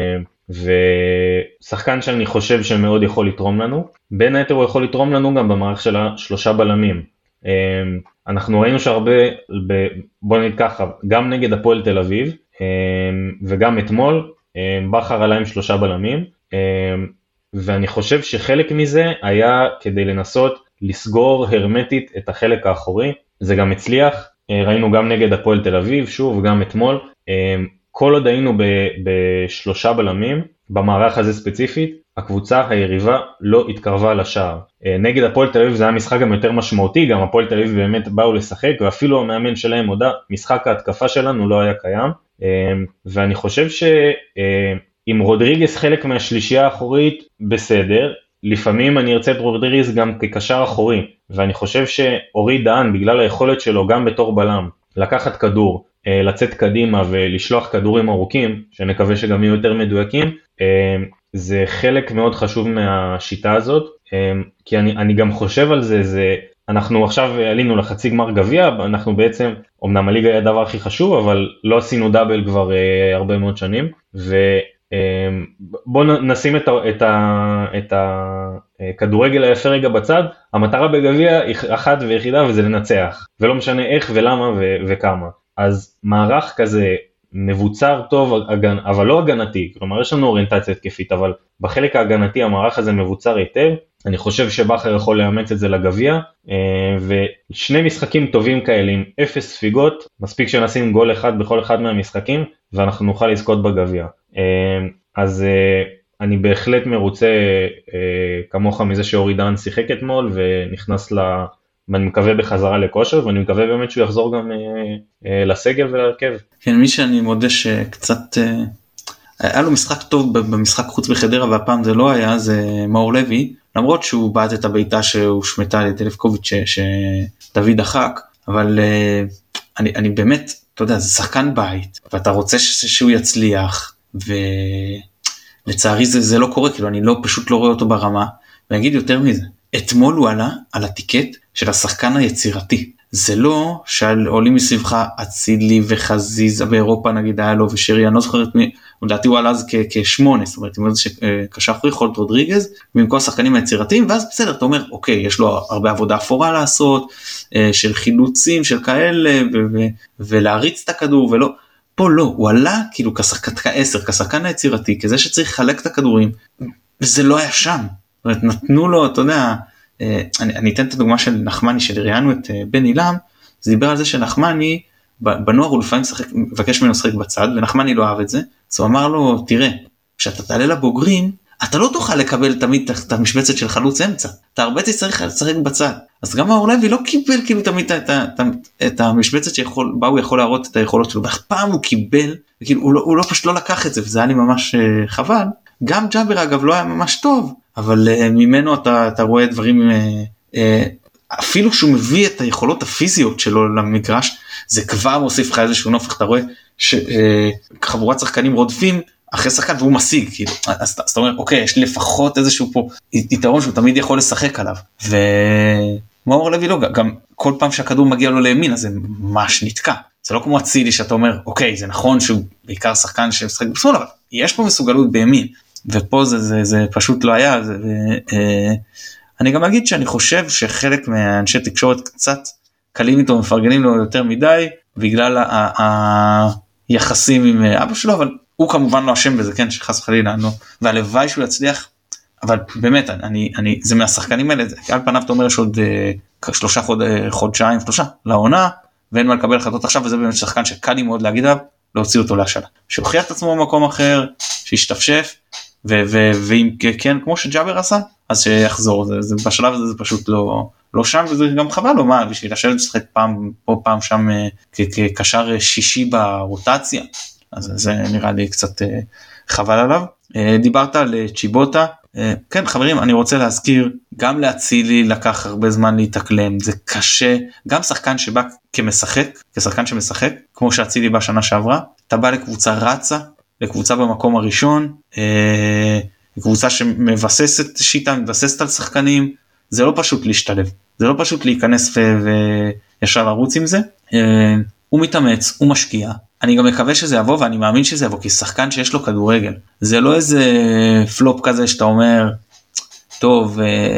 Speaker 2: ושחקן שאני חושב שמאוד יכול לתרום לנו, בין היתר הוא יכול לתרום לנו גם במערך של 3 בלמים, אנחנו ראינו שהרבה, בוא נגיד ככה, גם נגד הפועל תל אביב, וגם אתמול, בחר עליהם 3 בלמים, ואני חושב שחלק מזה היה כדי לנסות לסגור הרמטית את החלק האחורי, זה גם הצליח, ראינו גם נגד הפועל תל אביב, שוב, גם אתמול, כל עוד היינו ב3 בלמים, במערך הזה ספציפית, הקבוצה היריבה לא התקרבה לשער. נגד הפועל תל אביב זה היה משחק גם יותר משמעותי, גם הפועל תל אביב באמת באו לשחק, ואפילו המאמן שלהם הודע, משחק ההתקפה שלנו לא היה קיים, ואני חושב שאם רודריגס חלק מהשלישייה האחורית, בסדר, לפעמים אני ארצה את רודריגס גם כקשר אחורי, ואני חושב שאורי דהן, בגלל היכולת שלו גם בתור בלם, לקחת כדור, לצאת קדימה ולשלוח כדורים ארוכים, שנקווה שגם יהיו יותר מדויקים, זה חלק מאוד חשוב מהשיטה הזאת, כי אני גם חושב על זה, אנחנו עכשיו עלינו לחצי גמר גביע, אנחנו בעצם, אמנם הליגה היה הדבר הכי חשוב, אבל לא עשינו דאבל כבר הרבה מאוד שנים, בואו נשים את הכדורגל היפה רגע בצד, המטרה בגביע היא אחת ויחידה וזה לנצח, ולא משנה איך ולמה וכמה. אז מערך כזה מבוצר טוב, אבל לא הגנתי, כלומר יש לנו אוריינטציה התקפית, אבל בחלק ההגנתי המערך הזה מבוצר היטב, אני חושב שבחר יכול לאמץ את זה לגביע, ושני משחקים טובים כאלה עם 0 ספיגות, מספיק שנשים גול אחד בכל אחד מהמשחקים, ואנחנו נוכל לזכות בגביע. אז אני בהחלט מרוצה כמוך מזה שאורי דהן שיחק אתמול, ונכנס ואני מקווה בחזרה לכושר, ואני מקווה באמת שהוא יחזור גם לסגל ולהרכב.
Speaker 1: כן, מי שאני מודה שקצת, היה לו משחק טוב במשחק חוץ בחדרה, והפעם זה לא היה, זה מאור לוי, למרות שהוא בעט את הביתה שהוא שמתה על ידי לבקוביץ' שדוד דחק, אבל אני באמת, אתה יודע, זה שחקן בית, ואתה רוצה שהוא יצליח, ולצערי זה לא קורה, כאילו אני פשוט לא רואה אותו ברמה, ואני אגיד יותר מזה, אתמול הוא עלה על הטיקט של השחקן היצירתי, זה לא שעולים מסביבך אצילי וחזיזה באירופה נגיד היה לו ושרי, אני לא זוכרת מי, לדעתי הוא עלה אז כ8, זאת אומרת, שקשה אחרי חולט רודריגז, במקום השחקנים היצירתיים, ואז בסדר, אתה אומר, אוקיי, יש לו הרבה עבודה אפורה לעשות, של חילוצים, של כאלה, ולהריץ את הכדור, ולא, פה לא, הוא עלה כאילו כשחקן היצירתי, כזה שצריך לחלק את הכדורים, וזה לא היה שם, זאת אומרת, נתנו לו, אתה יודע, אני אתן את הדוגמה של נחמני, שראיינו את בן אילם, זה דיבר על זה שנחמני, בנוער הוא לפעמים מבקש ממנו לשחק בצד, ונחמני לא אהב את זה, אז הוא אמר לו, תראה, כשאתה תעלה לבוגרים, אתה לא תוכל לקבל תמיד את המשבצת של חלוץ אמצע, אתה הרבה צריך לשחק בצד, אז גם מאור לוי לא קיבל כאילו תמיד את המשבצת בה הוא יכול להראות את היכולות שלו, ואף פעם הוא קיבל, וכאילו הוא לא פשוט לא לקח את זה, וזה היה לי ממש חבל, גם ג'אבר אגב לא היה ממש טוב, אבל ממנו אתה רואה דברים, אפילו שהוא מביא את היכולות הפיזיות שלו למגרש, זה כבר מוסיף לך איזשהו נופך, אתה רואה שחבורת שחקנים רודפים אחרי שחקן והוא משיג, כאילו, אז אתה אומר, אוקיי, יש לי לפחות איזשהו פה יתרון שהוא תמיד יכול לשחק עליו, ומאור לוי לא, גם כל פעם שהכדור מגיע לו לימין, אז זה ממש נתקע, זה לא כמו אצילי שאתה אומר, אוקיי, זה נכון שהוא בעיקר שחקן שמשחק בשמאל, אבל יש פה מסוגלות בימין, ופה זה פשוט לא היה, אני גם אגיד שאני חושב שחלק מהאנשי תקשורת קצת קלים איתו, מפרגנים לו יותר מדי, בגלל היחסים עם אבא שלו, אבל הוא כמובן לא אשם בזה, כן, שחס וחלילה, והלוואי שהוא יצליח, אבל באמת, זה מהשחקנים האלה, על פניו אתה אומר, יש עוד 3 חודשיים לעונה, ואין מה לקבל החלטות עכשיו, וזה באמת שחקן שקל לי מאוד להגיד עליו, להוציא אותו להשאלה, שהוכיח את עצמו במקום אחר, שישתפשף, ואם כן, כמו שג'אבר עשה, אז שיחזור, בשלב הזה זה פשוט לא שם, וזה גם חבל לו, מה, בשביל לשבת לשחק פעם פה, פעם שם, כקשר שישי ברוטציה, אז זה נראה לי קצת חבל עליו. דיברת על צ'יבוטה, כן חברים, אני רוצה להזכיר, גם להצילי לקח הרבה זמן להתאקלם, זה קשה, גם שחקן שבא כשחקן שמשחק, כמו שהצילי בשנה שעברה, אתה בא לקבוצה רצה, לקבוצה במקום הראשון, קבוצה שמבססת שיטה, מבססת על שחקנים, זה לא פשוט להשתלב, זה לא פשוט להיכנס וישר לרוץ עם זה, הוא מתאמץ, הוא משקיע, אני גם מקווה שזה יבוא ואני מאמין שזה יבוא, כי שחקן שיש לו כדורגל, זה לא איזה פלופ כזה שאתה אומר, טוב,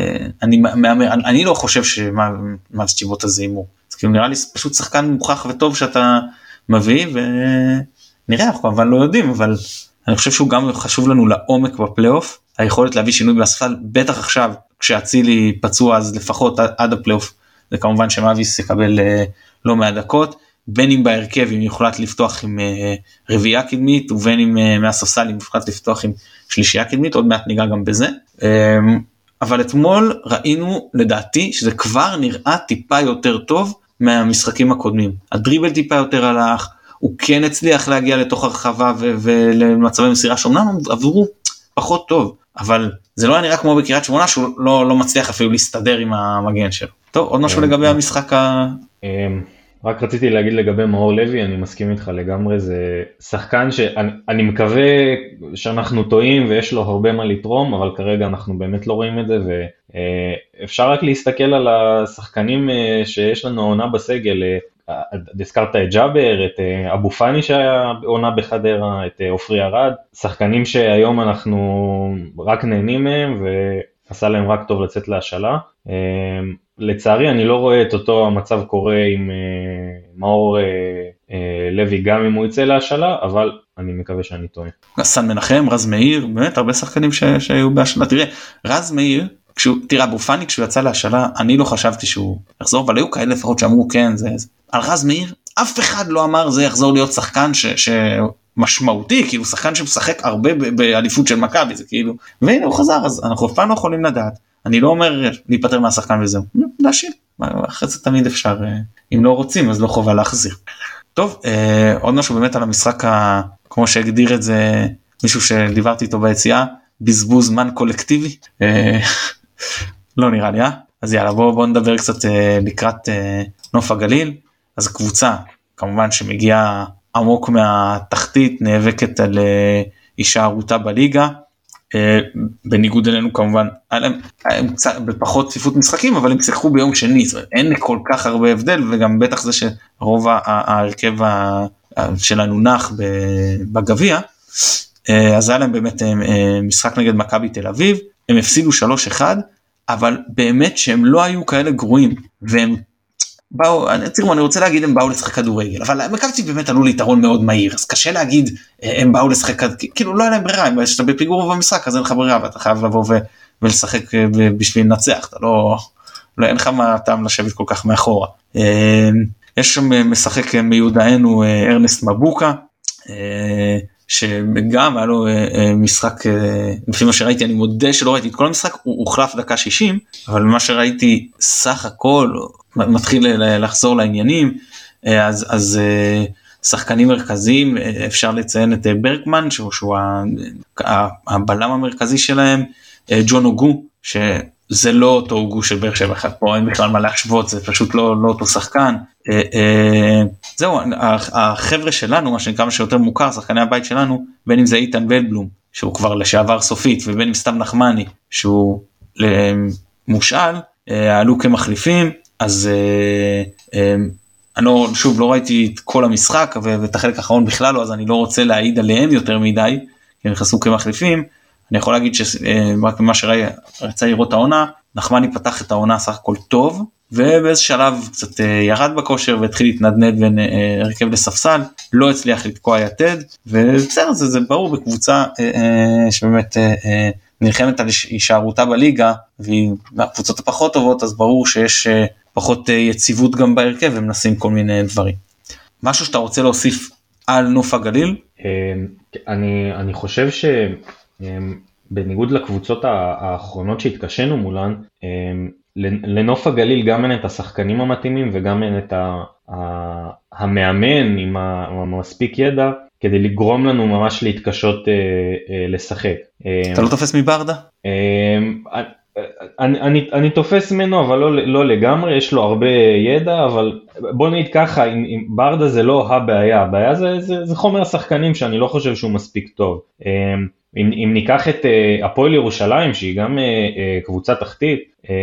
Speaker 1: אני לא חושב שמה זה צ'יבוט הזה אימו, זה כאילו נראה לי פשוט שחקן מוכח וטוב שאתה מביא, ונראה, אנחנו כמובן לא יודעים, אבל אני חושב שהוא גם חשוב לנו לעומק בפלייאוף, היכולת להביא שינוי באספל, בטח עכשיו, כשהצילי פצוע אז לפחות עד הפלייאוף, זה כמובן שמאביס יקבל לא מהדקות, בין אם בהרכב אם יוחלט לפתוח עם רביעייה קדמית, ובין אם מהספסל אם יוחלט לפתוח עם שלישייה קדמית, עוד מעט ניגע גם בזה, אבל אתמול ראינו לדעתי שזה כבר נראה טיפה יותר טוב מהמשחקים הקודמים, הדריבל טיפה יותר הלך, הוא כן הצליח להגיע לתוך הרחבה ולמצבי מסירה שאומנם עברו פחות טוב, אבל זה לא היה נראה כמו בקריית שמונה שהוא לא מצליח אפילו להסתדר עם המגן שלו. טוב, עוד משהו לגבי המשחק
Speaker 2: רק רציתי להגיד לגבי מאור לוי, אני מסכים איתך לגמרי, זה שחקן שאני מקווה שאנחנו טועים ויש לו הרבה מה לתרום, אבל כרגע אנחנו באמת לא רואים את זה, ואפשר רק להסתכל על השחקנים שיש לנו עונה בסגל, הזכרת את ג'אבר, את אבו פאני שהיה עונה בחדרה, את אופרי ארד, שחקנים שהיום אנחנו רק נהנים מהם ועשה להם רק טוב לצאת להשאלה. לצערי אני לא רואה את אותו המצב קורה עם מאור לוי גם אם הוא יצא להשאלה, אבל אני מקווה שאני טועה.
Speaker 1: סן מנחם, רז מאיר, באמת הרבה שחקנים שהיו בהשאלה. תראה, רז מאיר, תראה, אבו פאני כשהוא יצא להשאלה, אני לא חשבתי שהוא יחזור, אבל היו כאלה לפחות שאמרו כן, זה. על רז מאיר, אף אחד לא אמר זה יחזור להיות שחקן משמעותי, כאילו שחקן שמשחק הרבה באליפות של מכבי, זה כאילו, והנה הוא חזר, אז אנחנו אף פעם לא יכולים לדעת. אני לא אומר להיפטר מהשחקן וזהו, להשאיר, אחרי זה תמיד אפשר, אם לא רוצים אז לא חובה להחזיר. טוב, עוד משהו באמת על המשחק, כמו שהגדיר את זה מישהו שדיברתי איתו ביציאה, בזבוז זמן קולקטיבי, לא נראה לי, אז יאללה בוא נדבר קצת לקראת נוף הגליל. אז קבוצה כמובן שמגיעה עמוק מהתחתית, נאבקת על הישארותה בליגה, בניגוד אלינו כמובן, הם בפחות צפיפות משחקים, אבל הם שיחקו ביום שני, זאת אומרת, אין כל כך הרבה הבדל, וגם בטח זה שרוב ההרכב שלנו נח בגביע, אז היה להם באמת משחק נגד מכבי תל אביב, הם הפסידו 3-1, אבל באמת שהם לא היו כאלה גרועים, והם באו, אני רוצה להגיד הם באו לשחק כדורגל, אבל מכבי באמת עלו ליתרון מאוד מהיר, אז קשה להגיד הם באו לשחק, כאילו לא היה להם ברירה, אם שאתה בפיגור במשחק אז אין לך ברירה, ואתה חייב לבוא ולשחק בשביל לנצח, אתה לא אין לך מה טעם לשבת כל כך מאחורה. יש שם משחק מיודענו ארנסט מבוקה, שגם היה לו משחק, לפי מה שראיתי, אני מודה שלא ראיתי את כל המשחק, הוא הוחלף דקה 60, אבל מה שראיתי סך הכל, מתחיל לחזור לעניינים, אז שחקנים מרכזיים, אפשר לציין את ברקמן, שהוא הבלם המרכזי שלהם, ג'ון אוגו, שזה לא אותו אוגו של באר שבע, פה אין בכלל מה להשוות, זה פשוט לא אותו שחקן. זהו, החבר'ה שלנו, מה שנקרא שיותר מוכר, שחקני הבית שלנו, בין אם זה איתן ולבלום, שהוא כבר לשעבר סופית, ובין אם סתם נחמני, שהוא מושאל, עלו כמחליפים, אז אני שוב לא ראיתי את כל המשחק, ואת החלק האחרון בכלל לא, אז אני לא רוצה להעיד עליהם יותר מדי, כי הם נכנסו כמחליפים. אני יכול להגיד שרק ממה שרצה לראות העונה, נחמני פתח את העונה סך הכל טוב, ובאיזה שלב קצת ירד בכושר והתחיל להתנדנד בין הרכב לספסל, לא הצליח לתקוע יתד, ובסדר, זה ברור בקבוצה שבאמת נלחמת על הישארותה בליגה, והיא מהקבוצות הפחות טובות, אז ברור שיש פחות יציבות גם בהרכב, ומנסים כל מיני דברים. משהו שאתה רוצה להוסיף על נוף הגליל?
Speaker 2: אני חושב שבניגוד לקבוצות האחרונות שהתקשנו מולן, לנוף הגליל גם אין את השחקנים המתאימים, וגם אין את המאמן עם המספיק ידע, כדי לגרום לנו ממש להתקשות לשחק.
Speaker 1: אתה לא תופס מברדה?
Speaker 2: אני תופס ממנו, אבל לא לגמרי, יש לו הרבה ידע, אבל בוא נגיד ככה, עם ברדה זה לא הבעיה, הבעיה זה חומר השחקנים שאני לא חושב שהוא מספיק טוב. אם ניקח את הפועל ירושלים, שהיא גם קבוצה תחתית,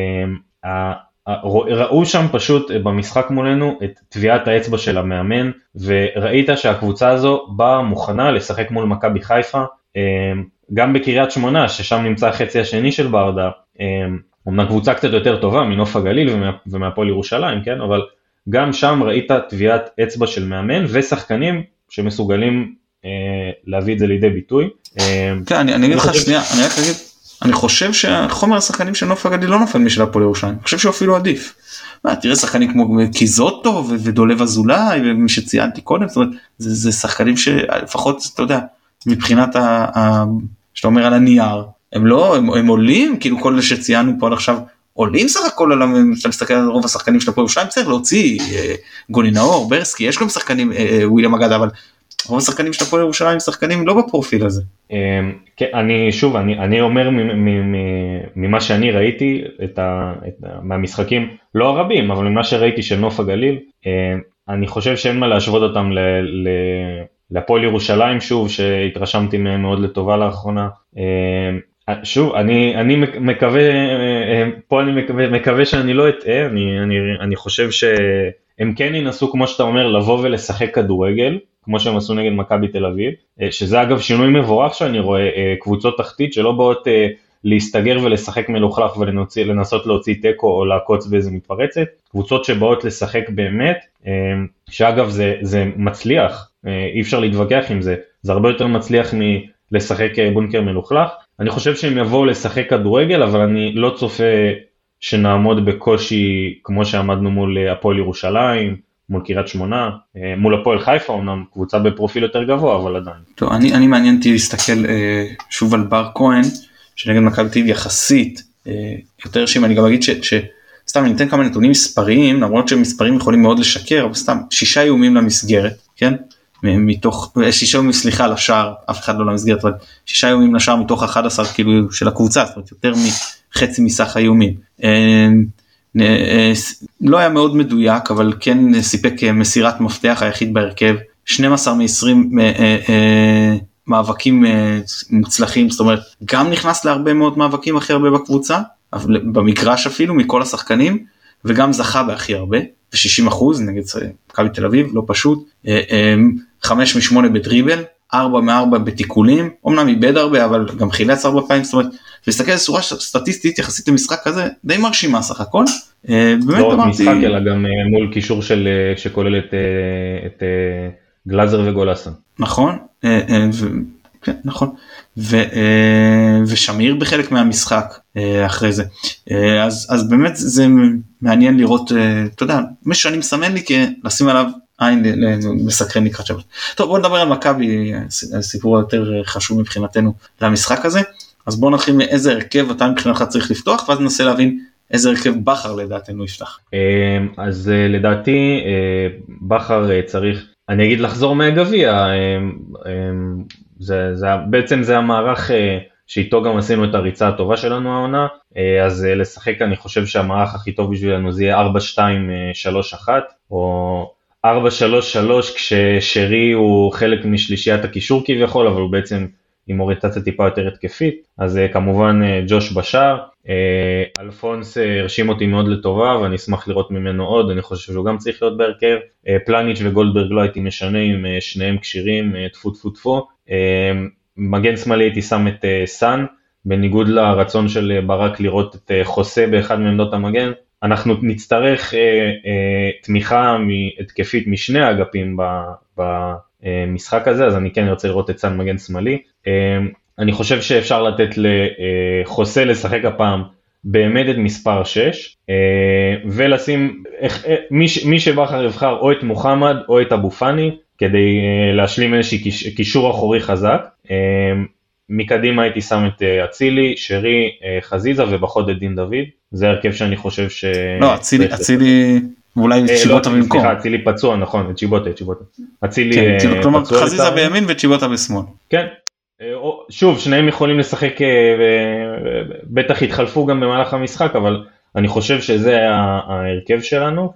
Speaker 2: ראו שם פשוט במשחק מולנו את טביעת האצבע של המאמן, וראית שהקבוצה הזו באה מוכנה לשחק מול מכבי חיפה, גם בקריית שמונה, ששם נמצא החצי השני של ברדה, אומנם קבוצה קצת יותר טובה מנוף הגליל ומהפועל ירושלים, כן? אבל גם שם ראית טביעת אצבע של מאמן ושחקנים שמסוגלים להביא את זה לידי ביטוי.
Speaker 1: כן, אני אגיד לך שנייה, אני רק אגיד, אני חושב שהחומר השחקנים של נוף הגליל לא נופל משל הפועל ירושלים, אני חושב שהוא אפילו עדיף. תראה שחקנים כמו קיזוטו ודולב אזולאי ומי שציינתי קודם, זאת אומרת, זה שחקנים שלפחות, אתה יודע, מבחינת שאתה אומר על הנייר, הם עולים, כאילו כל אלה שציינו פה עד עכשיו, עולים סך הכל, כשאתה מסתכל על רוב השחקנים של הפועל ירושלים, צריך להוציא גוני נאור, ברסקי, יש גם שחקנים, וויליאם אגדה, אבל רוב השחקנים של הפועל ירושלים, שחקנים לא בפרופיל הזה.
Speaker 2: כן, אני אומר ממה שאני ראיתי, מהמשחקים, לא הרבים, אבל ממה שראיתי של נוף הגליל, אני חושב שאין מה להשוות אותם להפועל ירושלים, שוב, שהתרשמתי מהם מאוד לטובה לאחרונה. שוב, אני מקווה, פה אני מקווה שאני לא אטעה, אני חושב שהם כן ינסו, כמו שאתה אומר, לבוא ולשחק כדורגל, כמו שהם עשו נגד מכבי תל אביב, שזה אגב שינוי מבורך שאני רואה, קבוצות תחתית שלא באות להסתגר ולשחק מלוכלך ולנסות להוציא טקו או לעקוץ באיזה מתפרצת, קבוצות שבאות לשחק באמת, שאגב זה מצליח, אי אפשר להתווכח עם זה, זה הרבה יותר מצליח מלשחק בונקר מלוכלך, אני חושב שהם יבואו לשחק כדורגל, אבל אני לא צופה שנעמוד בקושי כמו שעמדנו מול הפועל ירושלים, מול קריית שמונה, מול הפועל חיפה, אומנם קבוצה בפרופיל יותר גבוה, אבל עדיין.
Speaker 1: טוב, אני מעניין אותי להסתכל שוב על בר כהן, שנגד מכבי תל אביב יחסית, יותר שאם אני גם אגיד סתם אני אתן כמה נתונים מספריים, למרות שמספרים יכולים מאוד לשקר, אבל סתם 6 איומים למסגרת, כן? מתוך, 6 איומים סליחה לשער, אף אחד לא למסגרת, אבל 6 איומים לשער מתוך 11 כאילו של הקבוצה, זאת אומרת יותר מחצי מסך האיומים. לא היה מאוד מדויק, אבל כן סיפק מסירת מפתח היחיד בהרכב, 12 מ-20 מאבקים מוצלחים, זאת אומרת, גם נכנס להרבה מאוד מאבקים הכי הרבה בקבוצה, במגרש אפילו מכל השחקנים, וגם זכה בהכי הרבה, ב-60% נגד מכבי תל אביב, לא פשוט, 5 מ-8 בדריבל, 4 מ-4 בתיקולים, אמנם איבד הרבה, אבל גם חילץ 4 פעמים, זאת אומרת, להסתכל על סורה סטטיסטית יחסית למשחק כזה, די מרשימה סך הכל.
Speaker 2: לא רק משחק, אלא גם מול קישור שכולל את גלאזר וגולסן.
Speaker 1: נכון, כן, נכון, ושמיר בחלק מהמשחק אחרי זה, אז באמת זה מעניין לראות, אתה יודע, מה שאני מסמן לי לשים עליו עין מסקרן לקראת שבת. טוב, בואו נדבר על מכבי, הסיפור היותר חשוב מבחינתנו למשחק הזה, אז בואו נתחיל מאיזה הרכב אתה מבחינתך צריך לפתוח, ואז ננסה להבין איזה הרכב בחר לדעתנו יפתח.
Speaker 2: אז לדעתי בחר צריך, אני אגיד לחזור מהגביע, בעצם זה המערך שאיתו גם עשינו את הריצה הטובה שלנו העונה, אז לשחק אני חושב שהמערך הכי טוב בשבילנו זה יהיה 4-2-3-1, או 4-3-3 כששרי הוא חלק משלישיית הקישור כביכול, אבל הוא בעצם עם אוריינטציה טיפה יותר התקפית, אז כמובן ג'וש בשער, אלפונס הרשים אותי מאוד לטובה ואני אשמח לראות ממנו עוד, אני חושב שהוא גם צריך להיות בהרכב, פלניץ' וגולדברג לא הייתי משנה עם שניהם קשירים, טפו טפו טפו, מגן שמאלי הייתי שם את סן, בניגוד לרצון של ברק לראות את חוסה באחד מעמדות המגן, אנחנו נצטרך תמיכה התקפית משני האגפים במשחק הזה, אז אני כן רוצה לראות את סן מגן שמאלי, אני חושב שאפשר לתת לחוסה לשחק הפעם בעמדת מספר 6, ולשים מי שבחר יבחר או את מוחמד או את אבו פאני, כדי להשלים איזושהי קישור אחורי חזק, מקדימה הייתי שם את אצילי, שרי, חזיזה ובחוד את דין דוד, זה הרכב שאני חושב ש...
Speaker 1: לא, אצילי... ואולי צ'יבוטה במקום.
Speaker 2: סליחה, אצילי פצוע, נכון, את צ'יבוטה. אצילי פצוע.
Speaker 1: כלומר, חזיזה בימין וצ'יבוטה בשמאל.
Speaker 2: כן, שוב, שניהם יכולים לשחק, בטח התחלפו גם במהלך המשחק, אבל אני חושב שזה ההרכב שלנו,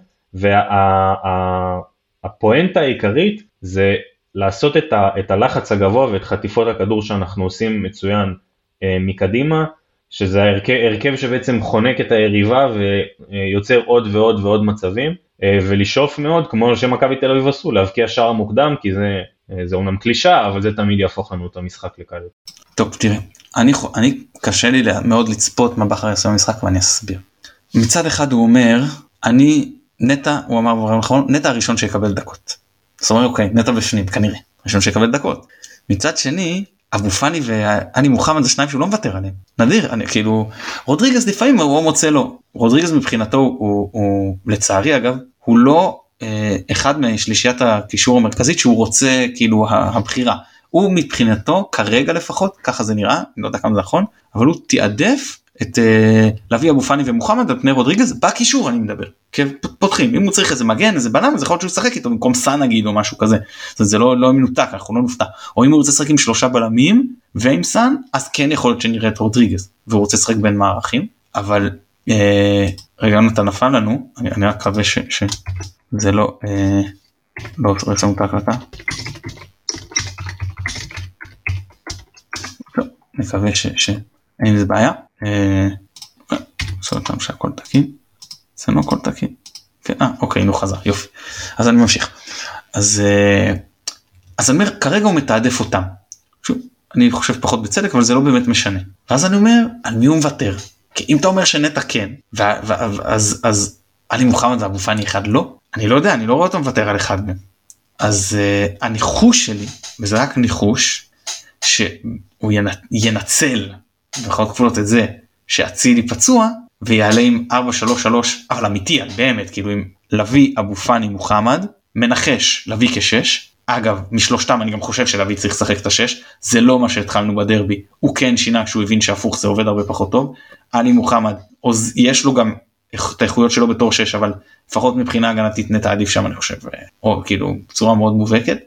Speaker 2: והפואנטה העיקרית זה לעשות את הלחץ הגבוה ואת חטיפות הכדור שאנחנו עושים מצוין מקדימה, שזה הרכב שבעצם חונק את היריבה ויוצר עוד ועוד ועוד מצבים, ולשאוף מאוד, כמו שמכבי תל אביב עשו, להבקיע שער מוקדם, כי זה אומנם קלישה, אבל זה תמיד יהפוך לנו את המשחק לקל.
Speaker 1: טוב, תראה, אני קשה לי מאוד לצפות מה בכר יעשה במשחק, ואני אסביר. מצד אחד הוא אומר, הוא אמר, נטע הראשון שיקבל דקות. זאת אומרת, אוקיי, נטע בפנים, כנראה, הראשון שיקבל דקות. מצד שני, אבו פאני ואני מוחמד זה שניים שהוא לא מוותר עליהם. נדיר, כאילו, רודריגז לפעמים הוא מוצא לו. רודריגז מבחינתו הוא לצערי אגב, הוא לא אחד משלישיית הקישור המרכזית שהוא רוצה כאילו הבחירה. הוא מבחינתו, כרגע לפחות, ככה זה נראה, אני לא יודע כמה זה נכון, אבל הוא תיעדף את להביא אבו פאני ומוחמד על פני רודריגז, בקישור אני מדבר, פותחים, אם הוא צריך איזה מגן, איזה בלם, אז יכול להיות שהוא ישחק איתו במקום סן נגיד או משהו כזה, זה לא מנותק, אנחנו לא נופתע, או אם הוא רוצה לשחק עם 3 בלמים ועם סן, אז כן יכול להיות שנראה את רודריגז, והוא רוצה לשחק בין מערכים, אבל רגע נתן נפל לנו, אני רק מקווה שזה לא רצנו את ההקלטה, נקווה שאין איזה בעיה, עושה אותם שהכל תקין, זה לא הכל תקין, אוקיי, נו חזר, יופי, אז אני ממשיך, אז אני אומר, כרגע הוא מתעדף אותם, אני חושב פחות בצדק, אבל זה לא באמת משנה. ואז אני אומר, על מי הוא מוותר? כי אם אתה אומר שנטע כן, אז עלי מוחמד ואבו פאני אחד לא, אני לא יודע, אני לא רואה אותו מוותר על אחד מהם. אז הניחוש שלי, וזה רק ניחוש, שהוא ינצל, בכל כפולות את זה, שאצילי פצוע, ויעלה עם 4-3-3, אבל אמיתי, באמת, כאילו עם לוי, אבו פאני, מוחמד, מנחש לוי כשש, אגב, משלושתם אני גם חושב שלוי צריך לשחק את השש, זה לא מה שהתחלנו בדרבי, הוא כן שינה כשהוא הבין שהפוך זה עובד הרבה פחות טוב, עלי מוחמד, יש לו גם את האיכויות שלו בתור שש, אבל לפחות מבחינה הגנתית נטע עדיף שם אני חושב, או כאילו בצורה מאוד מובהקת,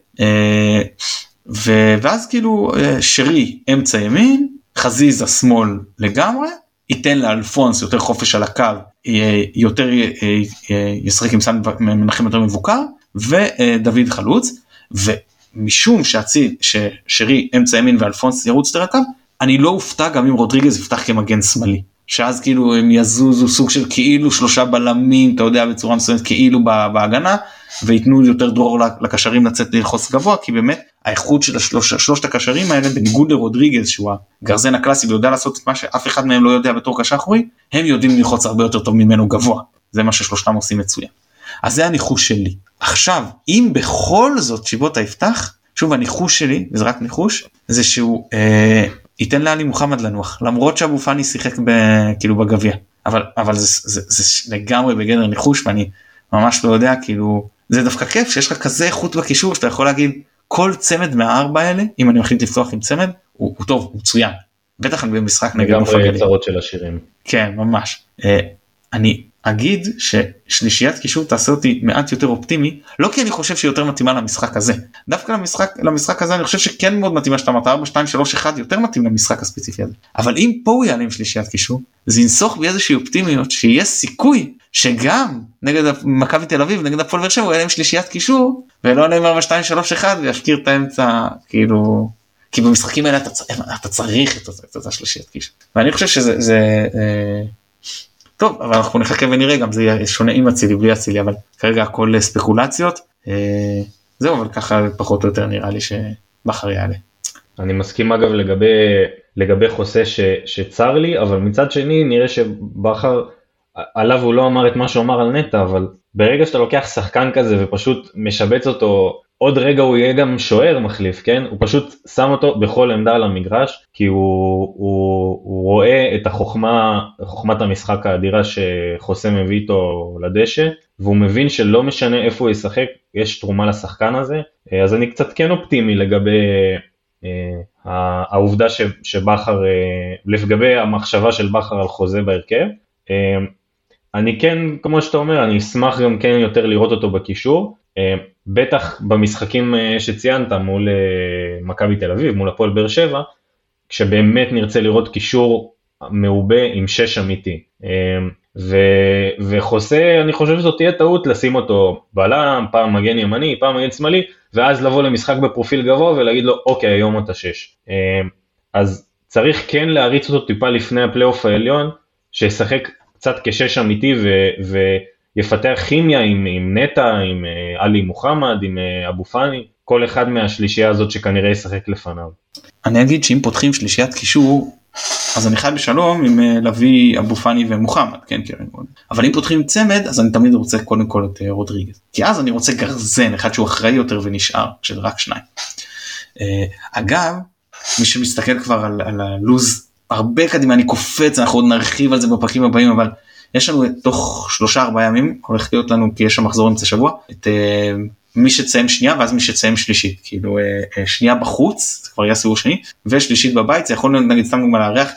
Speaker 1: ואז כאילו שרי אמצע ימין, חזיזה שמאל לגמרי, ייתן לאלפונס יותר חופש על הקו, יותר ישחק עם סן מנחם יותר מבוקר, ודוד חלוץ, ומשום ששרי אמצע ימין ואלפונס ירוץ יותר הקו, אני לא אופתע גם אם רודריגז יפתח כמגן שמאלי, שאז כאילו הם יזוזו סוג של כאילו שלושה בלמים, אתה יודע בצורה מסוימת כאילו בהגנה, ויתנו יותר דרור לקשרים לצאת ללחוץ גבוה, כי באמת האיכות של שלושת הקשרים האלה, בניגוד לרודריגז שהוא הגרזן הקלאסי ויודע לעשות את מה שאף אחד מהם לא יודע בתור קשר אחורי, הם יודעים ללחוץ הרבה יותר טוב ממנו גבוה, זה מה ששלושתם עושים מצוין. אז זה הניחוש שלי. עכשיו, אם בכל זאת שיבוטה יפתח, שוב הניחוש שלי, וזה רק ניחוש, זה שהוא ייתן לעלי מוחמד לנוח, למרות שאבו פאני שיחק כאילו בגביע, אבל זה לגמרי בגדר ניחוש, ואני ממש לא יודע, כאילו, זה דווקא כיף שיש לך כזה איכות בקישור, שאתה יכול להגיד, כל צמד מהארבע האלה, אם אני מחליט לפתוח עם צמד, הוא טוב, הוא מצוין. בטח אני במשחק נגד
Speaker 2: גם ביצרות של השירים.
Speaker 1: כן, ממש. אני אגיד ששלישיית קישור תעשה אותי מעט יותר אופטימי, לא כי אני חושב שהיא יותר מתאימה למשחק הזה. דווקא למשחק הזה אני חושב שכן מאוד מתאימה שאתה אמרת 4, 2, 3, 1 יותר מתאים למשחק הספציפי הזה. אבל אם פה הוא יעלה עם שלישיית קישור, זה ינסוך באיזושהי אופטימיות שיהיה סיכוי שגם נגד מכבי תל אביב, נגד הפועל באר שבע, הוא יעלה עם שלישיית קישור, ולא עלה עם 4, 2, 3, 1 וישכיר את האמצע, כאילו, כי במשחקים האלה אתה צריך את השלישיית קישור. ואני חושב שזה טוב, אבל אנחנו נחכה ונראה, גם זה יהיה שונה עם אצילי, בלי אצילי, אבל כרגע הכל ספקולציות, זהו, אבל ככה פחות או יותר נראה לי שבחר יעלה.
Speaker 2: אני מסכים אגב לגבי חוסה שצר לי, אבל מצד שני נראה שבחר, עליו הוא לא אמר את מה שהוא אמר על נטע, אבל ברגע שאתה לוקח שחקן כזה ופשוט משבץ אותו, עוד רגע הוא יהיה גם שוער מחליף, כן? הוא פשוט שם אותו בכל עמדה על המגרש, כי הוא רואה את חוכמת המשחק האדירה שחוסה מביא איתו לדשא, והוא מבין שלא משנה איפה הוא ישחק, יש תרומה לשחקן הזה, אז אני קצת כן אופטימי לגבי העובדה שבחר, לגבי המחשבה של בחר על חוזה בהרכב, אני כן, כמו שאתה אומר, אני אשמח גם כן יותר לראות אותו בקישור, בטח במשחקים שציינת מול מכבי תל אביב, מול הפועל באר שבע, כשבאמת נרצה לראות קישור מעובה עם שש אמיתי. וחוסה, אני חושב שזאת תהיה טעות לשים אותו בלם, פעם מגן ימני, פעם מגן שמאלי, ואז לבוא למשחק בפרופיל גבוה ולהגיד לו, אוקיי, היום אתה שש. אז צריך כן להריץ אותו טיפה לפני הפלייאוף העליון, שישחק קצת כשש אמיתי ויפתח כימיה עם נטע, עם עלי מוחמד, עם אבו פאני, כל אחד מהשלישייה הזאת שכנראה ישחק לפניו.
Speaker 1: אני אגיד שאם פותחים שלישיית קישור, אז אני חי בשלום עם לוי, אבו פאני ומוחמד, כן, אבל אם פותחים צמד, אז אני תמיד רוצה קודם כל את רודריגז, כי אז אני רוצה גרזן, אחד שהוא אחראי יותר ונשאר, שזה רק שניים. אגב, מי שמסתכל כבר על הלוז, הרבה קדימה אני קופץ, אנחנו עוד נרחיב על זה בפרקים הבאים, אבל יש לנו תוך 3-4 ימים, הולך להיות לנו, כי יש שם מחזור אמצע שבוע, את מי שציים שנייה, ואז מי שציים שלישית, כאילו שנייה בחוץ, זה כבר יהיה סיבוב שני, ושלישית בבית, זה יכול נגיד סתם גם לארח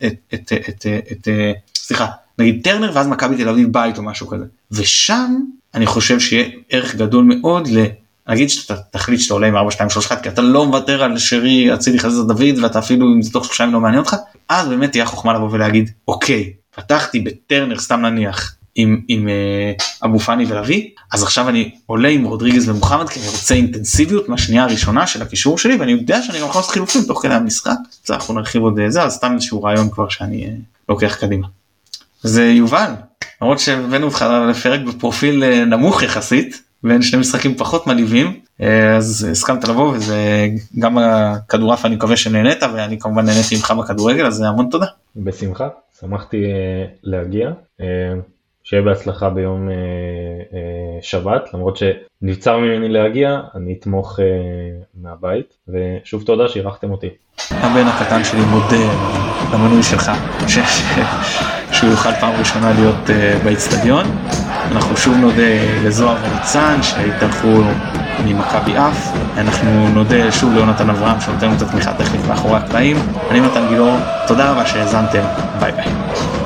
Speaker 1: סליחה, נגיד טרנר, ואז מכבי תל אביב בית או משהו כזה, ושם אני חושב שיהיה ערך גדול מאוד נגיד שאתה תחליט שאתה עולה עם 4, 2, 3, 1, כי אתה לא מוותר על שרי, אצילי, חזיזה, דוד, ואתה אפילו אם זה תוך 3 ימים לא מעניין אותך, אז באמת תהיה חוכמה לבוא ולהגיד, אוקיי, פתחתי בטרנר, סתם נניח, עם אבו פאני ולוי, אז עכשיו אני עולה עם רודריגז ומוחמד, כי אני רוצה אינטנסיביות מהשנייה הראשונה של הקישור שלי, ואני יודע שאני גם יכול לעשות חילופים תוך כדי המשחק, אנחנו נרחיב עוד זה, אז סתם איזשהו רעיון כבר שאני לוקח קדימה. זה יובל, למרות שהבאנו אותך לפרק בפרופיל נמוך יחסית, ואין שני משחקים פחות מלהיבים, אז הסכמת לבוא, וזה גם הכדורעף, אני מקווה שנהנית, ואני כמובן נהניתי ממך בכדורגל, אז המון תודה.
Speaker 2: בשמחה, שמחתי להגיע, שיהיה בהצלחה ביום שבת, למרות שנבצר ממני להגיע, אני אתמוך מהבית, ושוב תודה שאירחתם אותי.
Speaker 1: הבן הקטן שלי מודה למנוי שלך, שהוא יוכל פעם ראשונה להיות באצטדיון. אנחנו שוב נודה לזוהר וניצן שהתארחו ממכבי אף. אנחנו נודה שוב ליונתן אברהם שנותן את התמיכה הטכנית מאחורי הקלעים. אני מתן גילאור, תודה רבה שהאזנתם, ביי ביי.